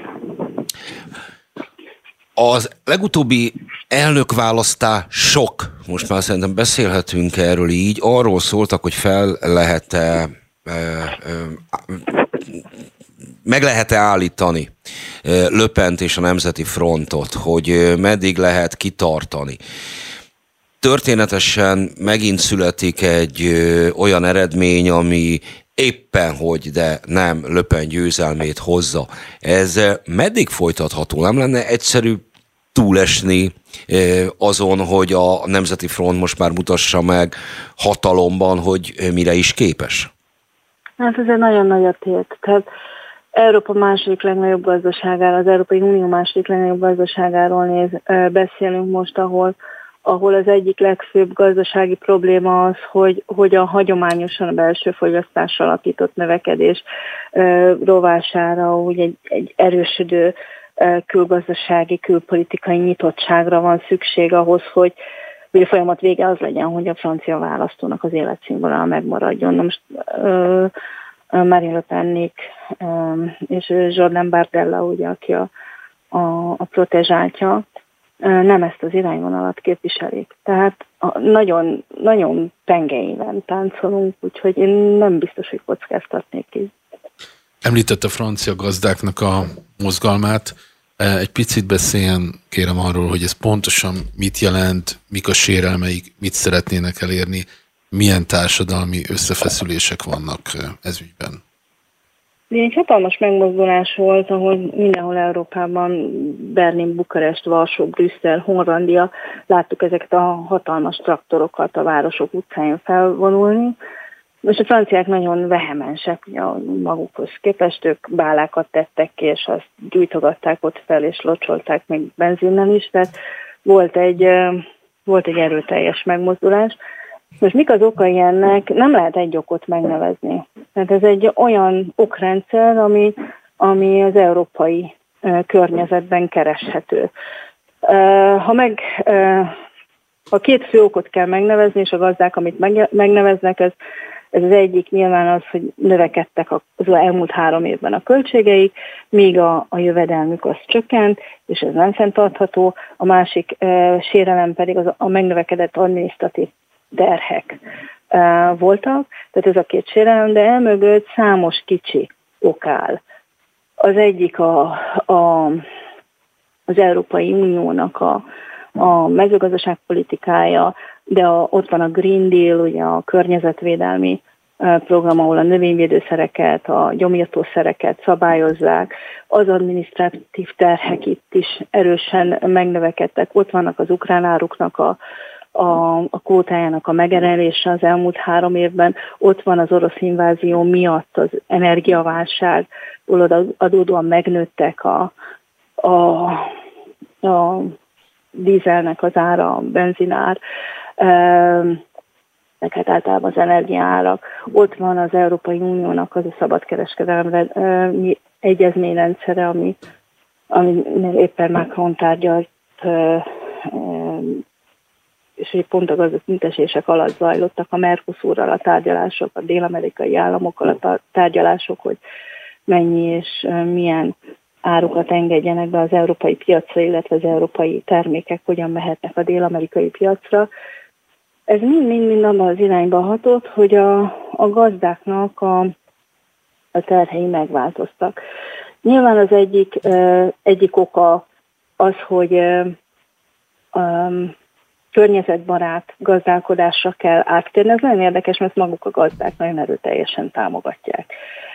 S1: Az legutóbbi elnökválasztások, most már szerintem beszélhetünk erről így, arról szóltak, hogy fel lehet-e, meg lehet-e állítani Le Pent és a Nemzeti Frontot, hogy meddig lehet kitartani. Történetesen megint születik egy olyan eredmény, ami éppen hogy, de nem Le Pen győzelmét hozza. Ez meddig folytatható? Nem lenne egyszerű túlesni azon, hogy a Nemzeti Front most már mutassa meg hatalomban, hogy mire is képes?
S4: Hát ez egy nagyon nagy a tét. Tehát Európa második legnagyobb gazdaságára, az Európai Unió második legnagyobb gazdaságáról néz, beszélünk most, ahol ahol az egyik legfőbb gazdasági probléma az, hogy, hogy a hagyományosan a belső fogyasztással alapított növekedés rovására úgy egy, egy erősödő külgazdasági, külpolitikai nyitottságra van szükség ahhoz, hogy, hogy a folyamat vége az legyen, hogy a francia választónak az életszínvonal megmaradjon. Na most uh, Marine Le Pennék um, és Jordan Bardella, ugye, aki a, a, a protezsáltja, nem ezt az irányvonalat képviselik. Tehát nagyon, nagyon pengeiben táncolunk, úgyhogy én nem biztos, hogy kockáztatnék ki.
S2: Említette a francia gazdáknak a mozgalmát. Egy picit beszéljen, kérem, arról, hogy ez pontosan mit jelent, mik a sérelmeik, mit szeretnének elérni, milyen társadalmi összefeszülések vannak ez ügyben.
S4: Egy hatalmas megmozdulás volt, ahol mindenhol Európában, Berlin, Bukarest, Varsó, Brüsszel, Hollandia, láttuk ezeket a hatalmas traktorokat a városok utcáin felvonulni. Most a franciák nagyon vehemensek, ugye magukhoz képest, ők bálákat tettek ki, és azt gyújtogatták ott fel, és locsolták még benzinnel is, tehát volt egy, volt egy erőteljes megmozdulás. Most mik az okai ennek? Nem lehet egy okot megnevezni. Tehát ez egy olyan okrendszer, ami, ami az európai uh, környezetben kereshető. Uh, ha meg uh, ha két fő okot kell megnevezni, és a gazdák, amit meg, megneveznek, ez, ez az egyik nyilván az, hogy növekedtek az elmúlt három évben a költségeik, míg a, a jövedelmük az csökkent, és ez nem fenntartható. A másik uh, sérelem pedig az a megnövekedett adminisztratív terhek uh, voltak, tehát ez a két sérelem, de emögött számos kicsi ok áll. Az egyik a, a, az Európai Uniónak a, a mezőgazdaságpolitikája, de a, ott van a Green Deal, ugye a környezetvédelmi uh, program, ahol a növényvédőszereket, a gyomírtószereket szabályozzák, az adminisztratív terhek itt is erősen megnövekedtek, ott vannak az ukrán áruknak a A, a kvótájának a megemelése az elmúlt három évben, ott van az orosz invázió miatt az energiaválság, adódóan megnőttek a, a, a dízelnek az ára, a benzinár, meg hát általában az energiaárak. Ott van az Európai Uniónak az a szabadkereskedelemre egyezményrendszere, ami, ami éppen Macron tárgyalt, és hogy pont a gazdaságüntesések alatt zajlottak a Mercosurral a tárgyalások, a dél-amerikai államokkal a tárgyalások, hogy mennyi és milyen árukat engedjenek be az európai piacra, illetve az európai termékek hogyan mehetnek a dél-amerikai piacra. Ez mind-mind abban az irányba hatott, hogy a, a gazdáknak a, a terhei megváltoztak. Nyilván az egyik, egyik oka az, hogy um, környezetbarát gazdálkodásra kell áttérni. Ez nagyon érdekes, mert maguk a gazdák nagyon erőteljesen támogatják.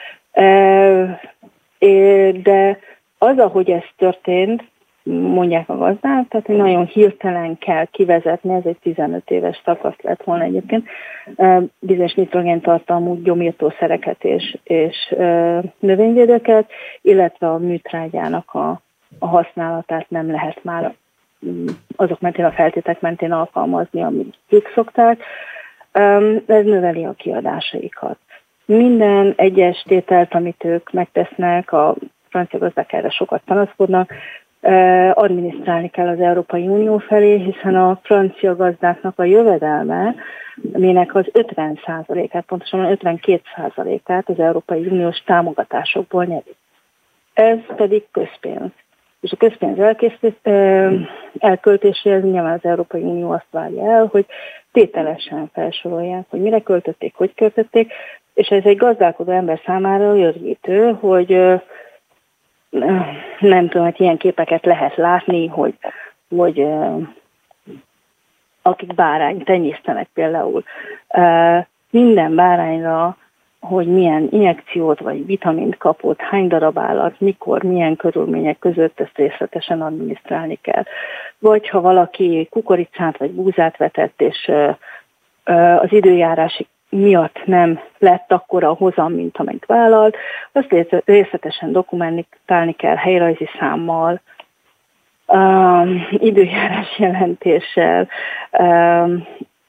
S4: De az, ahogy ez történt, mondják a gazdák, tehát hogy nagyon hirtelen kell kivezetni, ez egy tizenöt éves szakasz lett volna egyébként, bizonyos nitrogéntartalmú gyomírtószereket és, és növényvédőket, illetve a műtrágyának a, a használatát nem lehet már azok mentén, a feltétek mentén alkalmazni, amit ők szokták. Ez növeli a kiadásaikat. Minden egyes tételt, amit ők megtesznek, a francia gazdák erre sokat panaszkodnak, adminisztrálni kell az Európai Unió felé, hiszen a francia gazdáknak a jövedelme, aminek az ötven százalékát, pontosan ötvenkét százalékát az Európai Uniós támogatásokból nyerik. Ez pedig közpénz. És a közpénz elköltéséhez nyilván az Európai Unió azt várja el, hogy tételesen felsorolják, hogy mire költötték, hogy költötték, és ez egy gazdálkodó ember számára őrjítő, hogy nem tudom, hogy ilyen képeket lehet látni, hogy, hogy akik bárányt tenyésztenek például, minden bárányra, hogy milyen injekciót vagy vitamint kapott, hány darab állat, mikor, milyen körülmények között, ezt részletesen adminisztrálni kell. Vagy ha valaki kukoricát vagy búzát vetett, és az időjárás miatt nem lett akkora a hozam, mint amelyik vállalt, azt részletesen dokumentálni kell helyrajzi számmal, um, időjárás jelentéssel, um,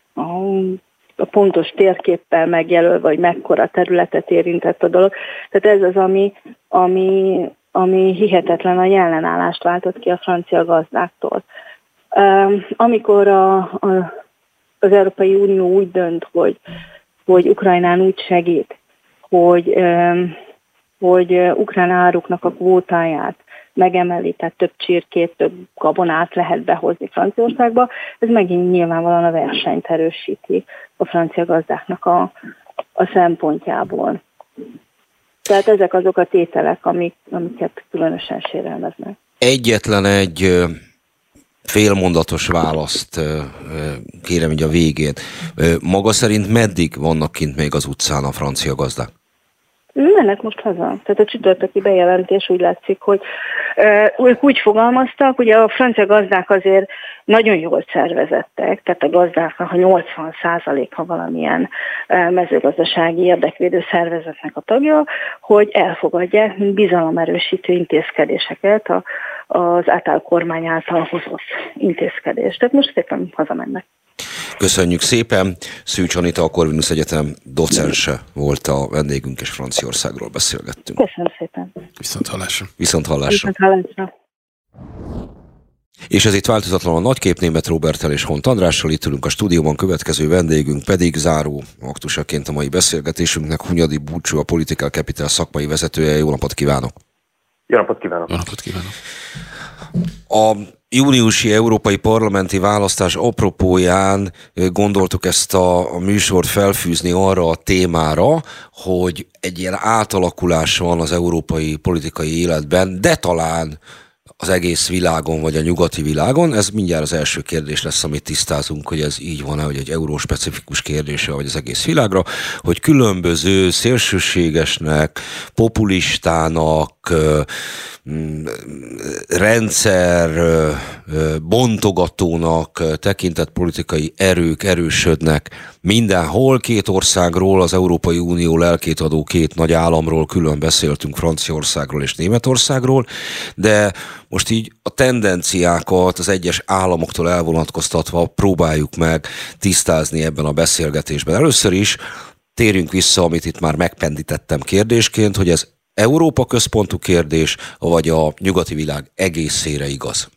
S4: a pontos térképpel megjelölve, hogy mekkora területet érintett a dolog. Tehát ez az, ami, ami, ami hihetetlen a ellenállást váltott ki a francia gazdáktól. Um, amikor a, a, az Európai Unió úgy dönt, hogy hogy Ukrajnán úgy segít, hogy, hogy ukrán áruknak a kvótáját megemeli, tehát több csirkét, több gabonát lehet behozni Franciaországba, ez megint nyilvánvalóan a versenyt erősíti a francia gazdáknak a, a szempontjából. Tehát ezek azok a tételek, amik, amiket különösen sérelmeznek.
S1: Egyetlen egy félmondatos választ kérem így a végén. Maga szerint meddig vannak kint még az utcán a francia gazdák?
S4: Mennek most haza. Tehát a csütörtöki bejelentés úgy látszik, hogy uh, ők úgy fogalmaztak, ugye a francia gazdák azért nagyon jól szervezettek, tehát a gazdáknak a nyolcvan százaléka valamilyen uh, mezőgazdasági érdekvédő szervezetnek a tagja, hogy elfogadják bizalomerősítő intézkedéseket, a, az által kormány által hozott intézkedést. Tehát most szépen hazamennek.
S1: Köszönjük szépen. Szűcs Anita, a Corvinus Egyetem docense volt a vendégünk, és Franciaországról beszélgettünk.
S4: Köszönöm szépen.
S2: Viszont hallásra.
S1: Viszont hallásra.
S4: Viszont hallásra.
S1: És ez itt változatlan a Nagykép, Németh Róberttel és Hont Andrással. Itt ülünk a stúdióban, következő vendégünk pedig záró aktusaként a mai beszélgetésünknek Hunyadi Búcsú, a Political Capital szakmai vezetője. Jó napot kívánok!
S5: Jó napot kívánok!
S2: Jó napot kívánok!
S1: A júniusi európai parlamenti választás apropóján gondoltuk ezt a, a műsort felfűzni arra a témára, hogy egy ilyen átalakulás van az európai politikai életben, de talán az egész világon, vagy a nyugati világon. Ez mindjárt az első kérdés lesz, amit tisztázunk, hogy ez így van-e, hogy egy euróspecifikus kérdése, vagy az egész világra, hogy különböző szélsőségesnek, populistának, rendszer bontogatónak tekintett politikai erők erősödnek mindenhol. Két országról, az Európai Unió lelkét adó két nagy államról külön beszéltünk, Franciaországról és Németországról, de most így a tendenciákat az egyes államoktól elvonatkoztatva próbáljuk meg tisztázni ebben a beszélgetésben. Először is térjünk vissza, amit itt már megpendítettem kérdésként, hogy ez Európa központú kérdés, vagy a nyugati világ egészére igaz?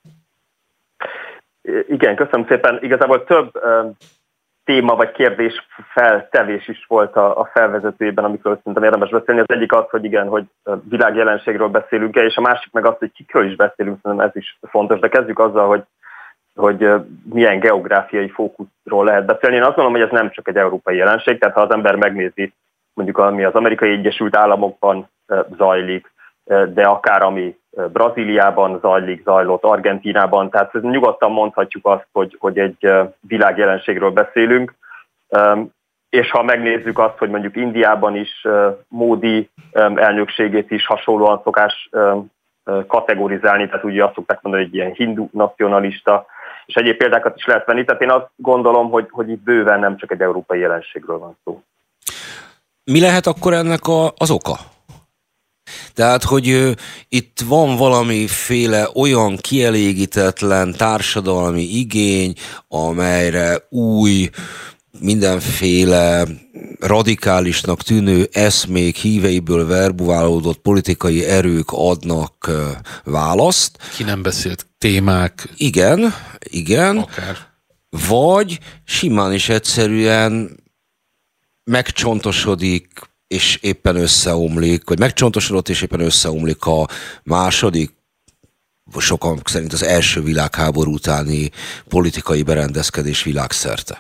S5: Igen, köszönöm szépen. Igazából több uh, téma vagy kérdés feltevés is volt a, a felvezetőjében, amikor szerintem érdemes beszélni. Az egyik az, hogy igen, hogy világjelenségről beszélünk-e, és a másik meg az, hogy kikről is beszélünk, szerintem ez is fontos. De kezdjük azzal, hogy, hogy milyen geográfiai fókuszról lehet beszélni. Én azt gondolom, hogy ez nem csak egy európai jelenség, tehát ha az ember megnézi, mondjuk ami az Amerikai Egyesült Államokban zajlik, de akár ami Brazíliában zajlik, zajlott, Argentínában, tehát nyugodtan mondhatjuk azt, hogy, hogy egy világjelenségről beszélünk, és ha megnézzük azt, hogy mondjuk Indiában is Módi elnökségét is hasonlóan szokás kategorizálni, tehát ugye azt szokták mondani, hogy egy ilyen hindu nacionalista, és egyéb példákat is lehet venni, tehát én azt gondolom, hogy, hogy itt bőven nem csak egy európai jelenségről van szó.
S1: Mi lehet akkor ennek a, az oka? Tehát, hogy ö, itt van valamiféle olyan kielégítetlen társadalmi igény, amelyre új, mindenféle radikálisnak tűnő eszmék híveiből verbuválódott politikai erők adnak ö, választ.
S2: Ki nem beszélt témák.
S1: Igen, igen.
S2: Akár.
S1: Vagy simán is egyszerűen megcsontosodik, és éppen összeomlik, vagy megcsontosodott, és éppen összeomlik a második, sokan szerint az első világháború utáni politikai berendezkedés világszerte.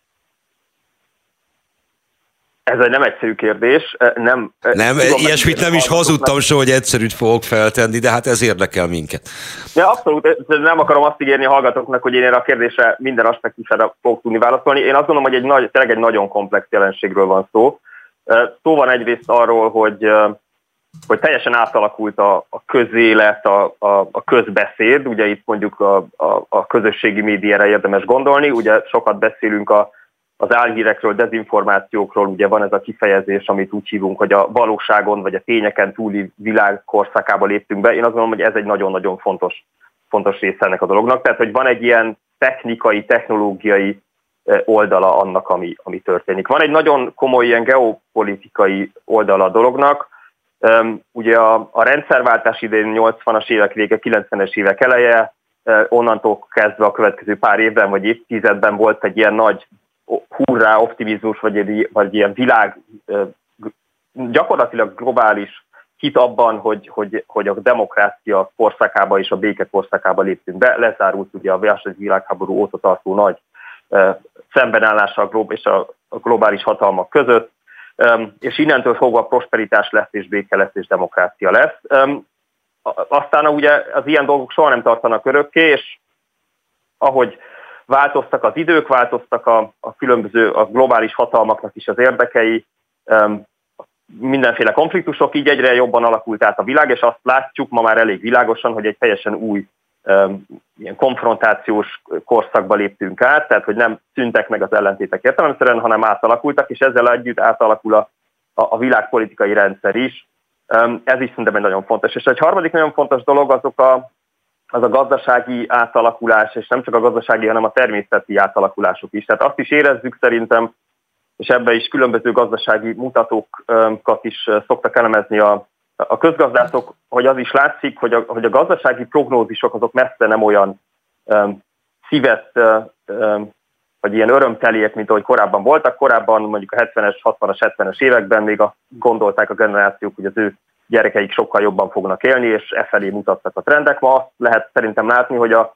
S5: Ez egy nem egyszerű kérdés. Nem,
S1: nem ilyesmit nem is hazudtam soha, hogy egyszerűt fogok feltenni, de hát ez érdekel minket.
S5: Ja, abszolút, nem akarom azt ígérni a hallgatóknak, hogy én erre a kérdésre minden aspektusára fogok tudni válaszolni. Én azt gondolom, hogy egy nagy, tényleg egy nagyon komplex jelenségről van szó. Szó van egyrészt arról, hogy, hogy teljesen átalakult a, a közélet, a, a, a közbeszéd, ugye itt mondjuk a, a, a közösségi médiára érdemes gondolni, ugye sokat beszélünk a, az álhírekről, dezinformációkról, ugye van ez a kifejezés, amit úgy hívunk, hogy a valóságon vagy a tényeken túli világ korszakába léptünk be. Én azt gondolom, hogy ez egy nagyon-nagyon fontos, fontos része ennek a dolognak, tehát hogy van egy ilyen technikai, technológiai oldala annak, ami, ami történik. Van egy nagyon komoly ilyen geopolitikai oldala a dolognak. Um, ugye a, a rendszerváltás idején nyolcvanas évek vége, kilencvenes évek eleje, uh, onnantól kezdve a következő pár évben vagy évtizedben volt egy ilyen nagy hurrá optimizmus, vagy egy, vagy ilyen világ, uh, gyakorlatilag globális hit abban, hogy, hogy, hogy a demokrácia korszakába és a béke korszakába léptünk be. Lezárult ugye a második világháború óta tartó nagy szembenállása és a globális hatalmak között, és innentől fogva prosperitás lesz, és béke lesz, és demokrácia lesz. Aztán ugye az ilyen dolgok soha nem tartanak örökké, és ahogy változtak az idők, változtak a, a különböző a globális hatalmaknak is az érdekei, mindenféle konfliktusok, így egyre jobban alakult át a világ, és azt látjuk ma már elég világosan, hogy egy teljesen új ilyen konfrontációs korszakba léptünk át, tehát hogy nem szűntek meg az ellentétek értelemszerűen, hanem átalakultak, és ezzel együtt átalakul a, a világpolitikai rendszer is. Ez is szerintem egy nagyon fontos. És egy harmadik nagyon fontos dolog azok a, az a gazdasági átalakulás, és nem csak a gazdasági, hanem a természeti átalakulások is. Tehát azt is érezzük szerintem, és ebben is különböző gazdasági mutatókat is szoktak elemezni a A közgazdászok, hogy az is látszik, hogy a, hogy a gazdasági prognózisok azok messze nem olyan um, szívet, um, vagy ilyen örömteliek, mint ahogy korábban voltak. Korábban mondjuk a hetvenes, hatvanas, hetvenes években még a, gondolták a generációk, hogy az ő gyerekeik sokkal jobban fognak élni, és e felé mutattak a trendek. Ma azt lehet szerintem látni, hogy a,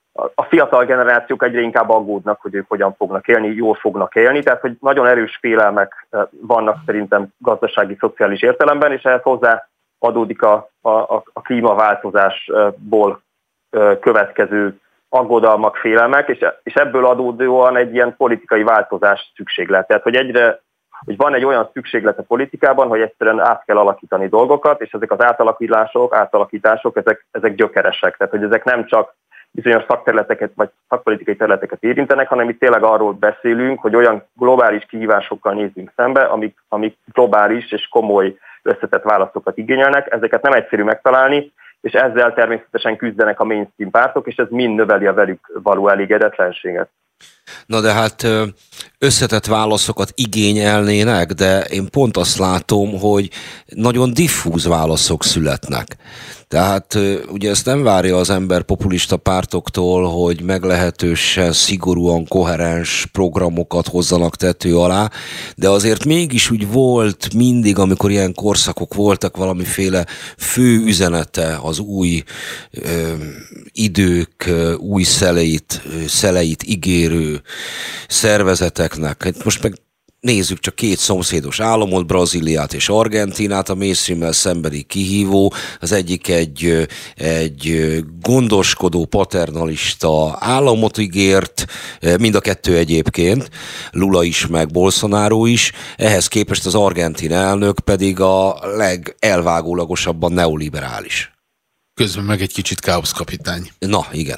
S5: a fiatal generációk egyre inkább aggódnak, hogy ők hogyan fognak élni, jól fognak élni, tehát hogy nagyon erős félelmek vannak szerintem gazdasági, szociális értelemben, és ehhez hozzá adódik a, a, a klímaváltozásból következő aggodalmak, félelmek, és, és ebből adódóan egy ilyen politikai változás szükséglet. Tehát, hogy egyre, hogy van egy olyan szükséglet a politikában, hogy egyszerűen át kell alakítani dolgokat, és ezek az átalakítások, átalakítások, ezek, ezek gyökeresek. Tehát, hogy ezek nem csak bizonyos szakterületeket vagy szakpolitikai területeket érintenek, hanem itt tényleg arról beszélünk, hogy olyan globális kihívásokkal nézünk szembe, amik, amik globális és komoly összetett válaszokat igényelnek, ezeket nem egyszerű megtalálni, és ezzel természetesen küzdenek a mainstream pártok, és ez mind növeli a velük való elégedetlenséget.
S1: Na de hát összetett válaszokat igényelnének, de én pont azt látom, hogy nagyon diffúz válaszok születnek. Tehát ugye ezt nem várja az ember populista pártoktól, hogy meglehetősen szigorúan koherens programokat hozzanak tető alá, de azért mégis úgy volt mindig, amikor ilyen korszakok voltak, valamiféle fő üzenete az új ö, idők, új szeleit, szeleit ígérő szervezeteknek. Most meg nézzük csak két szomszédos államot, Brazíliát és Argentinát, a mainstream-mel szembeni kihívó, az egyik egy, egy gondoskodó, paternalista államot ígért, mind a kettő egyébként, Lula is, meg Bolsonaro is, ehhez képest az argentin elnök pedig a legelvágólagosabban neoliberális.
S2: Közben meg egy kicsit káoszkapitány.
S1: Na, igen.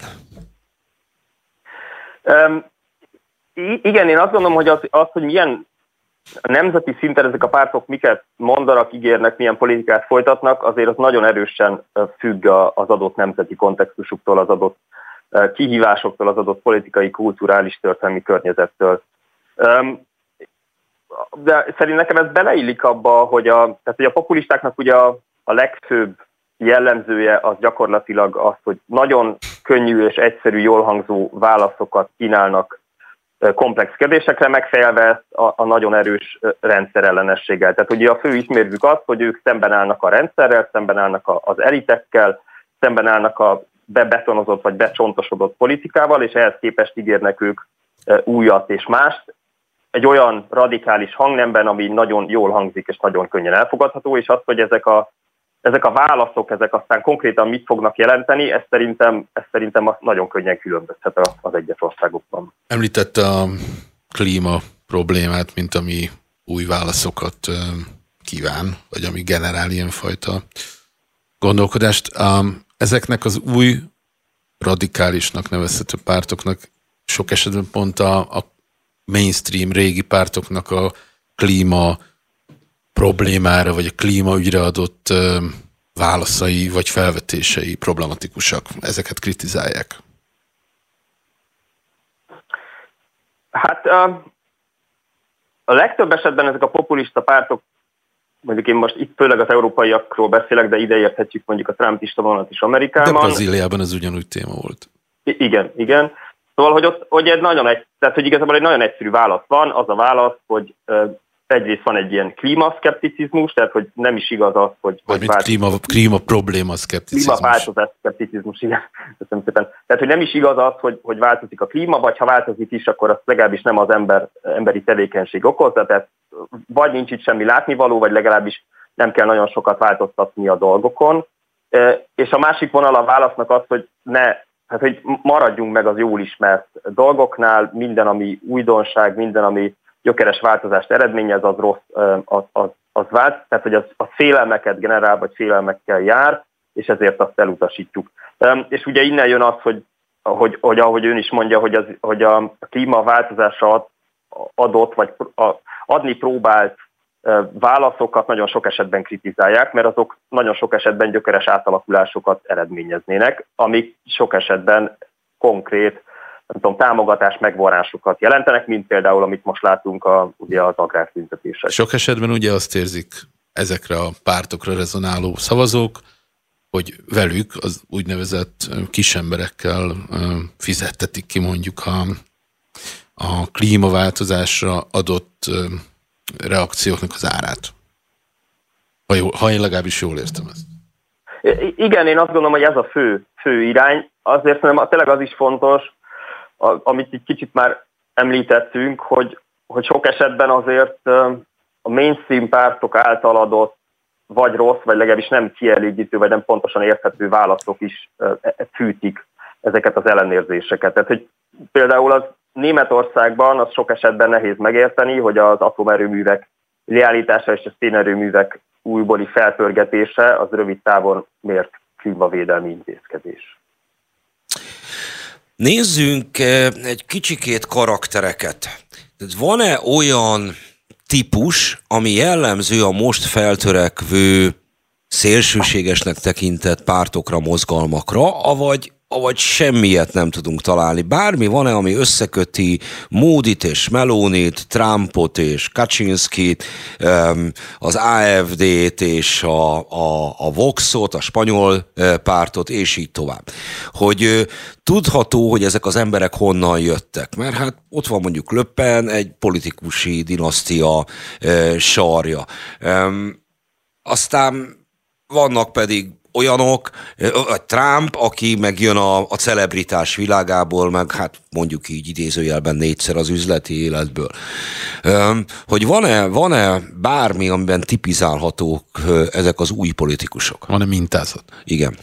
S5: Um, igen, én azt gondolom, hogy az, az, hogy milyen nemzeti szinten ezek a pártok miket mondanak, ígérnek, milyen politikát folytatnak, azért az nagyon erősen függ az adott nemzeti kontextusuktól, az adott kihívásoktól, az adott politikai, kulturális, történelmi környezettől. De szerint nekem ez beleillik abba, hogy a, tehát, hogy a populistáknak ugye a, a legfőbb jellemzője az gyakorlatilag az, hogy nagyon könnyű és egyszerű, jól hangzó válaszokat kínálnak komplex kérdésekre, megfejelve ezt a, a nagyon erős rendszerellenességgel. Tehát ugye a fő ismérvük az, hogy ők szemben állnak a rendszerrel, szemben állnak a, az elitekkel, szemben állnak a bebetonozott vagy becsontosodott politikával, és ehhez képest ígérnek ők újat és mást, egy olyan radikális hangnemben, ami nagyon jól hangzik és nagyon könnyen elfogadható, és az, hogy ezek a Ezek a válaszok, ezek aztán konkrétan mit fognak jelenteni, ez szerintem, ez szerintem nagyon könnyen különbözhet az egyes országokban.
S2: Említette a klíma problémát, mint ami új válaszokat kíván, vagy ami generál ilyenfajta gondolkodást. Ezeknek az új radikálisnak nevezhető pártoknak sok esetben pont a, a mainstream régi pártoknak a klíma problémára, vagy a klímaügyre adott ö, válaszai, vagy felvetései problematikusak. Ezeket kritizálják.
S5: Hát a, a legtöbb esetben ezek a populista pártok, mondjuk én most itt főleg az európaiakról beszélek, de ide érthetjük mondjuk a trumpista vonalat is Amerikában.
S2: De Brazíliában ez ugyanúgy téma volt.
S5: I- igen, igen. Szóval, hogy ott hogy egy nagyon egy, tehát, hogy igazából egy nagyon egyszerű válasz van, az a válasz, hogy ö, egyrészt van egy ilyen klímaszkepticizmus, tehát hogy nem is igaz az, hogy... hogy
S2: mint vált... klíma, klíma probléma szkepticizmus.
S5: Klímaváltozás szkepticizmus, igen. Köszönöm szépen. Tehát, hogy nem is igaz az, hogy, hogy változik a klíma, vagy ha változik is, akkor azt legalábbis nem az ember, emberi tevékenység okozza, tehát vagy nincs itt semmi látnivaló, vagy legalábbis nem kell nagyon sokat változtatni a dolgokon. És a másik vonal a válasznak az, hogy ne, hát, hogy maradjunk meg az jól ismert dolgoknál, minden, ami újdonság, minden, ami gyökeres változást eredményez, az rossz, az, az, az vált, tehát hogy az, az félelmeket generál, vagy félelmekkel jár, és ezért azt elutasítjuk. És ugye innen jön az, hogy, hogy, hogy ahogy ön is mondja, hogy, az, hogy a klímaváltozásra adott, vagy adni próbált válaszokat nagyon sok esetben kritizálják, mert azok nagyon sok esetben gyökeres átalakulásokat eredményeznének, amik sok esetben konkrét, nem tudom, támogatás megvonásokat jelentenek, mint például, amit most látunk a, ugye az agrártüntetések.
S2: Sok esetben ugye azt érzik ezekre a pártokra rezonáló szavazók, hogy velük az úgynevezett kisemberekkel fizettetik ki mondjuk a, a klímaváltozásra adott reakcióknak az árát. Ha, jó, ha én legalábbis jól értem ezt.
S5: Igen, én azt gondolom, hogy ez a fő, fő irány. Azért szerintem tényleg az is fontos, amit egy kicsit már említettünk, hogy, hogy sok esetben azért a mainstream pártok által adott vagy rossz, vagy legalábbis nem kielégítő, vagy nem pontosan érthető válaszok is fűtik ezeket az ellenérzéseket. Tehát, hogy például az Németországban az sok esetben nehéz megérteni, hogy az atomerőművek leállítása és a szénerőművek újbóli felpörgetése az rövid távon miért klímavédelmi intézkedés.
S1: Nézzünk egy kicsikét karaktereket. Van-e olyan típus, ami jellemző a most feltörekvő, szélsőségesnek tekintett pártokra, mozgalmakra, avagy, avagy semmiet nem tudunk találni? Bármi van-e, ami összeköti Módit és Melonit, Trumpot és Kaczynszkit, az á ef dét és a, a, a Voxot, a spanyol pártot, és így tovább. Hogy tudható, hogy ezek az emberek honnan jöttek, mert hát ott van mondjuk Le Pen, egy politikusi dinasztia sarja. Aztán vannak pedig olyanok, vagy Trump, aki megjön a, a celebritás világából, meg hát mondjuk így idézőjelben négyszer az üzleti életből. Hogy van-e, van-e bármi, amiben tipizálhatók ezek az új politikusok?
S2: Van-e mintázat?
S1: Igen.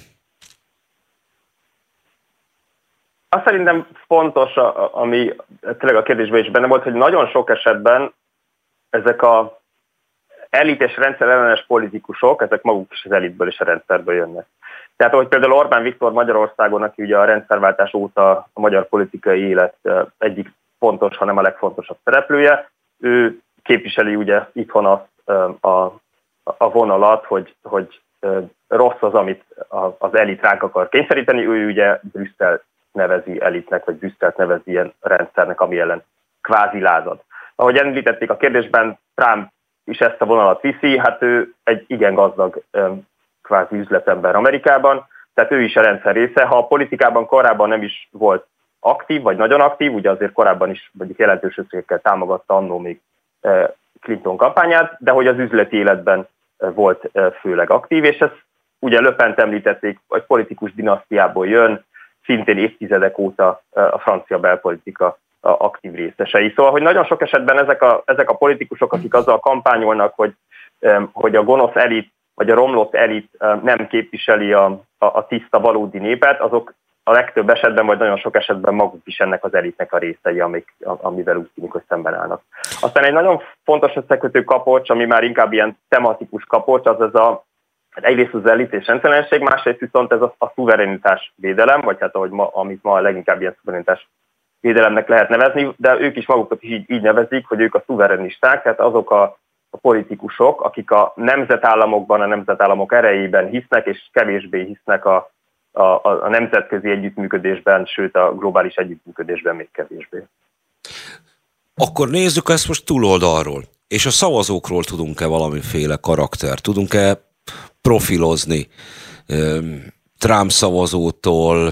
S5: Azt szerintem fontos, ami tényleg a kérdésben is benne volt, hogy nagyon sok esetben ezek a elit és rendszerellenes politikusok, ezek maguk is az elitből és a rendszerből jönnek. Tehát ahogy például Orbán Viktor Magyarországon, aki ugye a rendszerváltás óta a magyar politikai élet egyik fontos, hanem a legfontosabb szereplője, ő képviseli ugye itthon azt a, a vonalat, hogy, hogy rossz az, amit az elit ránk akar kényszeríteni, ő ugye Brüsszel nevezi elitnek, vagy Brüsszelt nevezi ilyen rendszernek, ami ellen kvázi lázad. Ahogy említették a kérdésben, Trump is ezt a vonalat viszi, hát ő egy igen gazdag kvázi üzletember Amerikában, tehát ő is a rendszer része. Ha a politikában korábban nem is volt aktív, vagy nagyon aktív, ugye azért korábban is mondjuk jelentős összegekkel támogatta annó még Clinton kampányát, de hogy az üzleti életben volt főleg aktív, és ezt ugye Le Pen-t említették, egy politikus dinasztiából jön, szintén évtizedek óta a francia belpolitika aktív részesei. Szóval, hogy nagyon sok esetben ezek a, ezek a politikusok, akik azzal kampányolnak, hogy, hogy a gonosz elit, vagy a romlott elit nem képviseli a, a, a tiszta valódi népet, azok a legtöbb esetben, vagy nagyon sok esetben maguk is ennek az elitnek a részei, amik, amivel úgy tűnik, hogy szemben állnak. Aztán egy nagyon fontos összekötő kapocs, ami már inkább ilyen tematikus kapocs, az ez a egyrészt az elit és rendszerellenség, másrészt viszont ez a, a szuverenitás védelem, vagy hát ahogy ma, amit ma leginkább ilyen szuverenitás védelemnek lehet nevezni, de ők is magukat is így, így nevezik, hogy ők a szuverenisták, tehát azok a, a politikusok, akik a nemzetállamokban, a nemzetállamok erejében hisznek, és kevésbé hisznek a, a, a nemzetközi együttműködésben, sőt a globális együttműködésben még kevésbé.
S1: Akkor nézzük ezt most túloldalról. És a szavazókról tudunk-e valamiféle karakter? Tudunk-e profilozni Trump szavazótól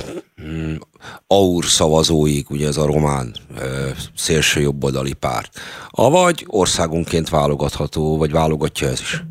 S1: Aur szavazóig, ugye ez a román szélső jobboldali párt. Avagy országunként válogatható, vagy válogatja ez is?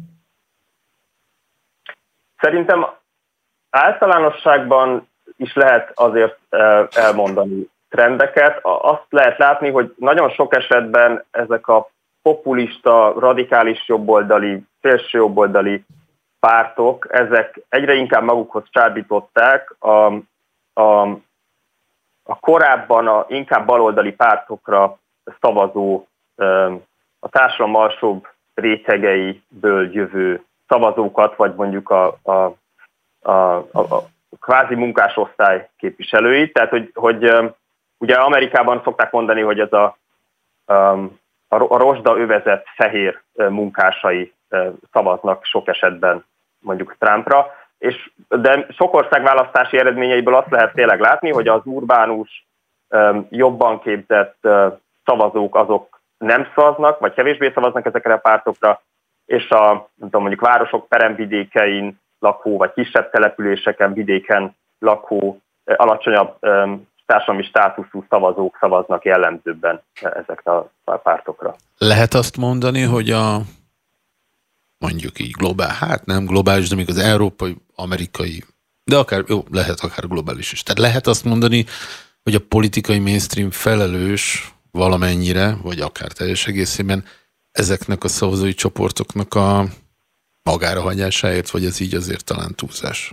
S5: Szerintem általánosságban is lehet azért elmondani trendeket. Azt lehet látni, hogy nagyon sok esetben ezek a populista, radikális jobboldali, szélső jobboldali pártok, ezek egyre inkább magukhoz csábították a, a, a korábban a inkább baloldali pártokra szavazó, a társadalom alsóbb rétegeiből jövő szavazókat, vagy mondjuk a, a, a, a, a kvázi munkásosztály képviselőit. Tehát, hogy, hogy ugye Amerikában szokták mondani, hogy ez a, a rozsda övezet fehér munkásai szavaznak sok esetben mondjuk Trumpra, és, de sok ország választási eredményeiből azt lehet tényleg látni, hogy az urbánus, jobban képzett szavazók azok nem szavaznak, vagy kevésbé szavaznak ezekre a pártokra, és a nem tudom, mondjuk városok peremvidékein lakó, vagy kisebb településeken, vidéken lakó, alacsonyabb társadalmi státuszú szavazók szavaznak jellemzőbben ezekre a pártokra.
S2: Lehet azt mondani, hogy a mondjuk így globál, hát nem globális, de még az európai, amerikai, de akár, jó, lehet akár globális is. Tehát lehet azt mondani, hogy a politikai mainstream felelős valamennyire, vagy akár teljes egészében ezeknek a szavazói csoportoknak a magára hagyásáért, vagy ez így azért talán túlzás?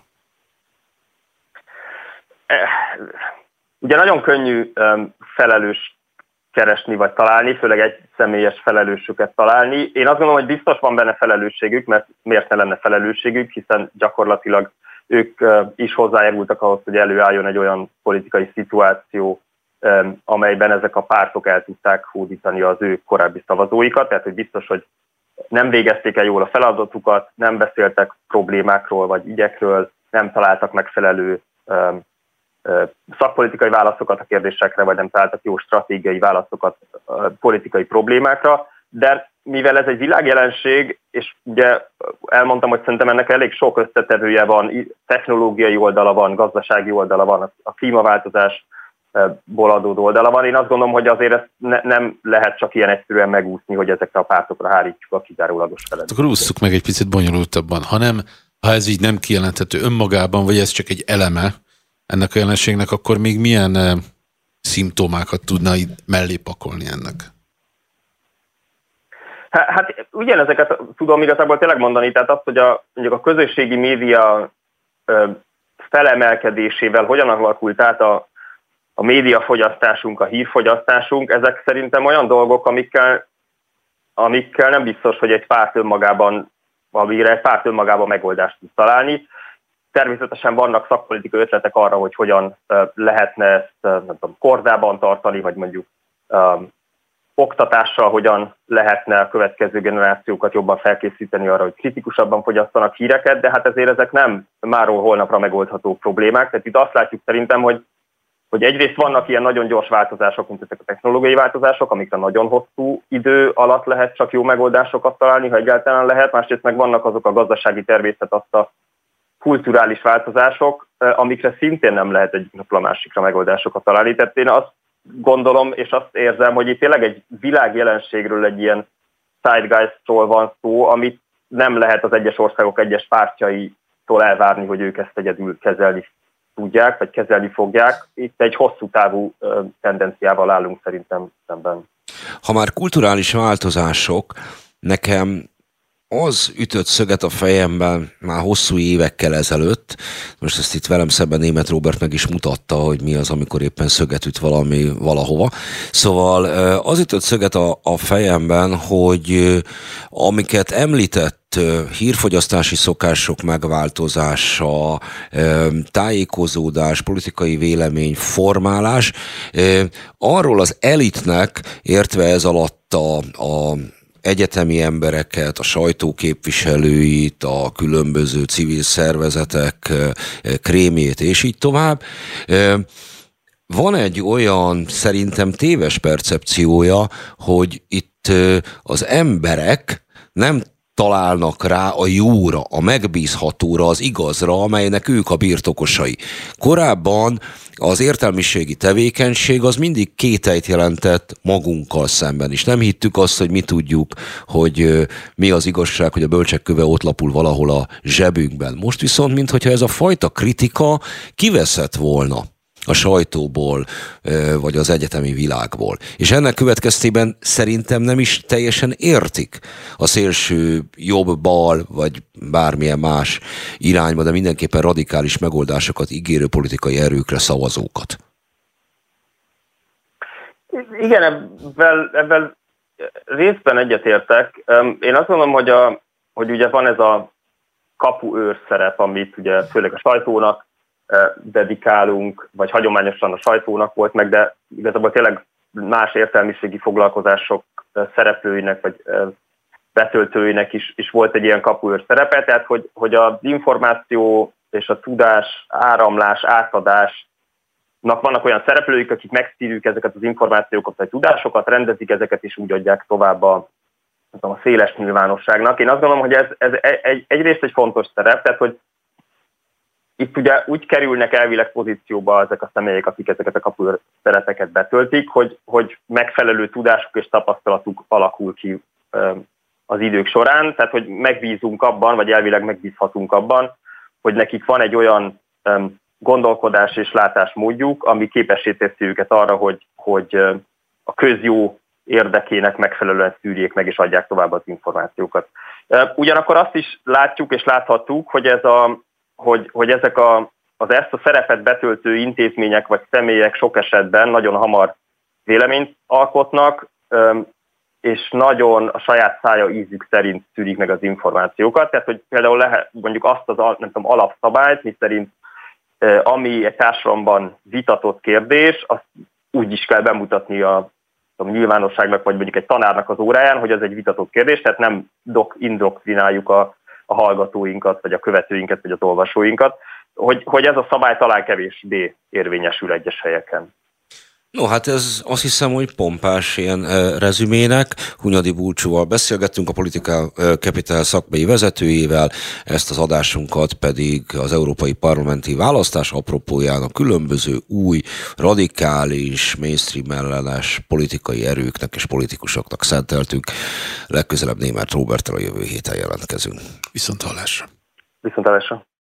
S5: Ugye nagyon könnyű felelős keresni vagy találni, főleg egy személyes felelősöket találni. Én azt gondolom, hogy biztos van benne felelősségük, mert miért ne lenne felelősségük, hiszen gyakorlatilag ők is hozzájárultak ahhoz, hogy előálljon egy olyan politikai szituáció, amelyben ezek a pártok el tudták hódítani az ő korábbi szavazóikat, tehát hogy biztos, hogy nem végezték el jól a feladatukat, nem beszéltek problémákról vagy ügyekről, nem találtak megfelelő szakpolitikai válaszokat a kérdésekre, vagy nem találtak jó stratégiai válaszokat politikai problémákra, de mivel ez egy világjelenség, és ugye elmondtam, hogy szerintem ennek elég sok összetevője van, technológiai oldala van, gazdasági oldala van, a klímaváltozásból adódó oldala van, én azt gondolom, hogy azért ezt ne, nem lehet csak ilyen egyszerűen megúszni, hogy ezekre a pártokra hárítjuk a kizárólagos felelősséget.
S2: Akkor ússzuk meg egy picit bonyolultabban, hanem ha ez így nem kijelenthető önmagában, vagy ez csak egy eleme ennek a jelenségnek, akkor még milyen uh, szimptomákat tudna így mellé pakolni ennek?
S5: Hát ugyanezeket tudom igazából tényleg mondani, tehát azt, hogy a, mondjuk a közösségi média ö, felemelkedésével hogyan alakult át a, a médiafogyasztásunk, a hírfogyasztásunk, ezek szerintem olyan dolgok, amikkel, amikkel nem biztos, hogy egy párt önmagában, amire egy párt önmagában megoldást tud találni. Természetesen vannak szakpolitikai ötletek arra, hogy hogyan ö, lehetne ezt ö, nem tudom, kordában tartani, vagy mondjuk ö, oktatással hogyan lehetne a következő generációkat jobban felkészíteni arra, hogy kritikusabban fogyasszanak híreket, de hát ezért ezek nem máról holnapra megoldható problémák. Tehát itt azt látjuk szerintem, hogy, hogy egyrészt vannak ilyen nagyon gyors változások, mint ezek a technológiai változások, amikre nagyon hosszú idő alatt lehet csak jó megoldásokat találni, ha egyáltalán lehet. Másrészt meg vannak azok a gazdasági természet, azt a kulturális változások, amikre szintén nem lehet egy napra másikra megoldásokat találni. Tehát én azt gondolom, és azt érzem, hogy itt tényleg egy világjelenségről, egy ilyen zeitgeistról van szó, amit nem lehet az egyes országok egyes pártjaitól elvárni, hogy ők ezt egyedül kezelni tudják, vagy kezelni fogják. Itt egy hosszú távú tendenciával állunk szerintem szemben.
S1: Ha már kulturális változások, nekem az ütött szöget a fejemben már hosszú évekkel ezelőtt, most ezt itt velem szemben Németh Róbert meg is mutatta, hogy mi az, amikor éppen szöget üt valami valahova. Szóval az ütött szöget a, a fejemben, hogy amiket említett, hírfogyasztási szokások megváltozása, tájékozódás, politikai vélemény, formálás, arról az elitnek, értve ez alatt a, a egyetemi embereket, a sajtóképviselőit, a különböző civil szervezetek krémjét, és így tovább. Van egy olyan szerintem téves percepciója, hogy itt az emberek nem találnak rá a jóra, a megbízhatóra, az igazra, amelynek ők a birtokosai. Korábban az értelmiségi tevékenység az mindig kételyt jelentett magunkkal szemben is. Nem hittük azt, hogy mi tudjuk, hogy mi az igazság, hogy a bölcsek köve ott lapul valahol a zsebünkben. Most viszont, mintha ez a fajta kritika kiveszett volna a sajtóból, vagy az egyetemi világból. És ennek következtében szerintem nem is teljesen értik a szélső jobb-bal, vagy bármilyen más irányba, de mindenképpen radikális megoldásokat ígérő politikai erőkre szavazókat.
S5: Igen, ebben, ebben részben egyetértek. Én azt mondom, hogy, a, hogy ugye van ez a kapuőr szerep, amit ugye főleg a sajtónak dedikálunk, vagy hagyományosan a sajtónak volt meg, de igazából tényleg más értelmiségi foglalkozások szereplőinek, vagy betöltőinek is, is volt egy ilyen kapuőr szerepe, tehát hogy, hogy az információ és a tudás, áramlás, átadásnak vannak olyan szereplőik, akik megszívjuk ezeket az információkat, vagy tudásokat, rendezik ezeket, és úgy adják tovább a, a széles nyilvánosságnak. Én azt gondolom, hogy ez, ez egy, egyrészt egy fontos szerep, tehát hogy itt ugye úgy kerülnek elvileg pozícióba ezek a személyek, akik ezeket a kapuőr szerepeket betöltik, hogy, hogy megfelelő tudásuk és tapasztalatuk alakul ki az idők során, tehát hogy megbízunk abban, vagy elvileg megbízhatunk abban, hogy nekik van egy olyan gondolkodás és látásmódjuk, ami képessé teszi őket arra, hogy, hogy a közjó érdekének megfelelően szűrjék meg és adják tovább az információkat. Ugyanakkor azt is látjuk és láthattuk, hogy ez a Hogy, hogy ezek a, az ezt a szerepet betöltő intézmények vagy személyek sok esetben nagyon hamar véleményt alkotnak, és nagyon a saját szája ízük szerint szűrik meg az információkat. Tehát, hogy például lehet mondjuk azt az nem tudom, alapszabályt, miszerint ami egy társadalomban vitatott kérdés, azt úgy is kell bemutatni a, a nyilvánosságnak, vagy mondjuk egy tanárnak az óráján, hogy ez egy vitatott kérdés, tehát nem dok, indoktrináljuk a a hallgatóinkat, vagy a követőinket, vagy az olvasóinkat, hogy, hogy ez a szabály talán kevésbé érvényesül egyes helyeken.
S1: No, hát ez azt hiszem, hogy pompás ilyen e, rezümének. Hunyadi Bulcsúval beszélgettünk, a Political Capital szakmai vezetőjével, ezt az adásunkat pedig az európai parlamenti választás apropójának különböző új, radikális, mainstream ellenes politikai erőknek és politikusoknak szenteltük. Legközelebb Németh Róberttel a jövő héten jelentkezünk.
S2: Viszont hallásra.
S5: Viszontlátásra.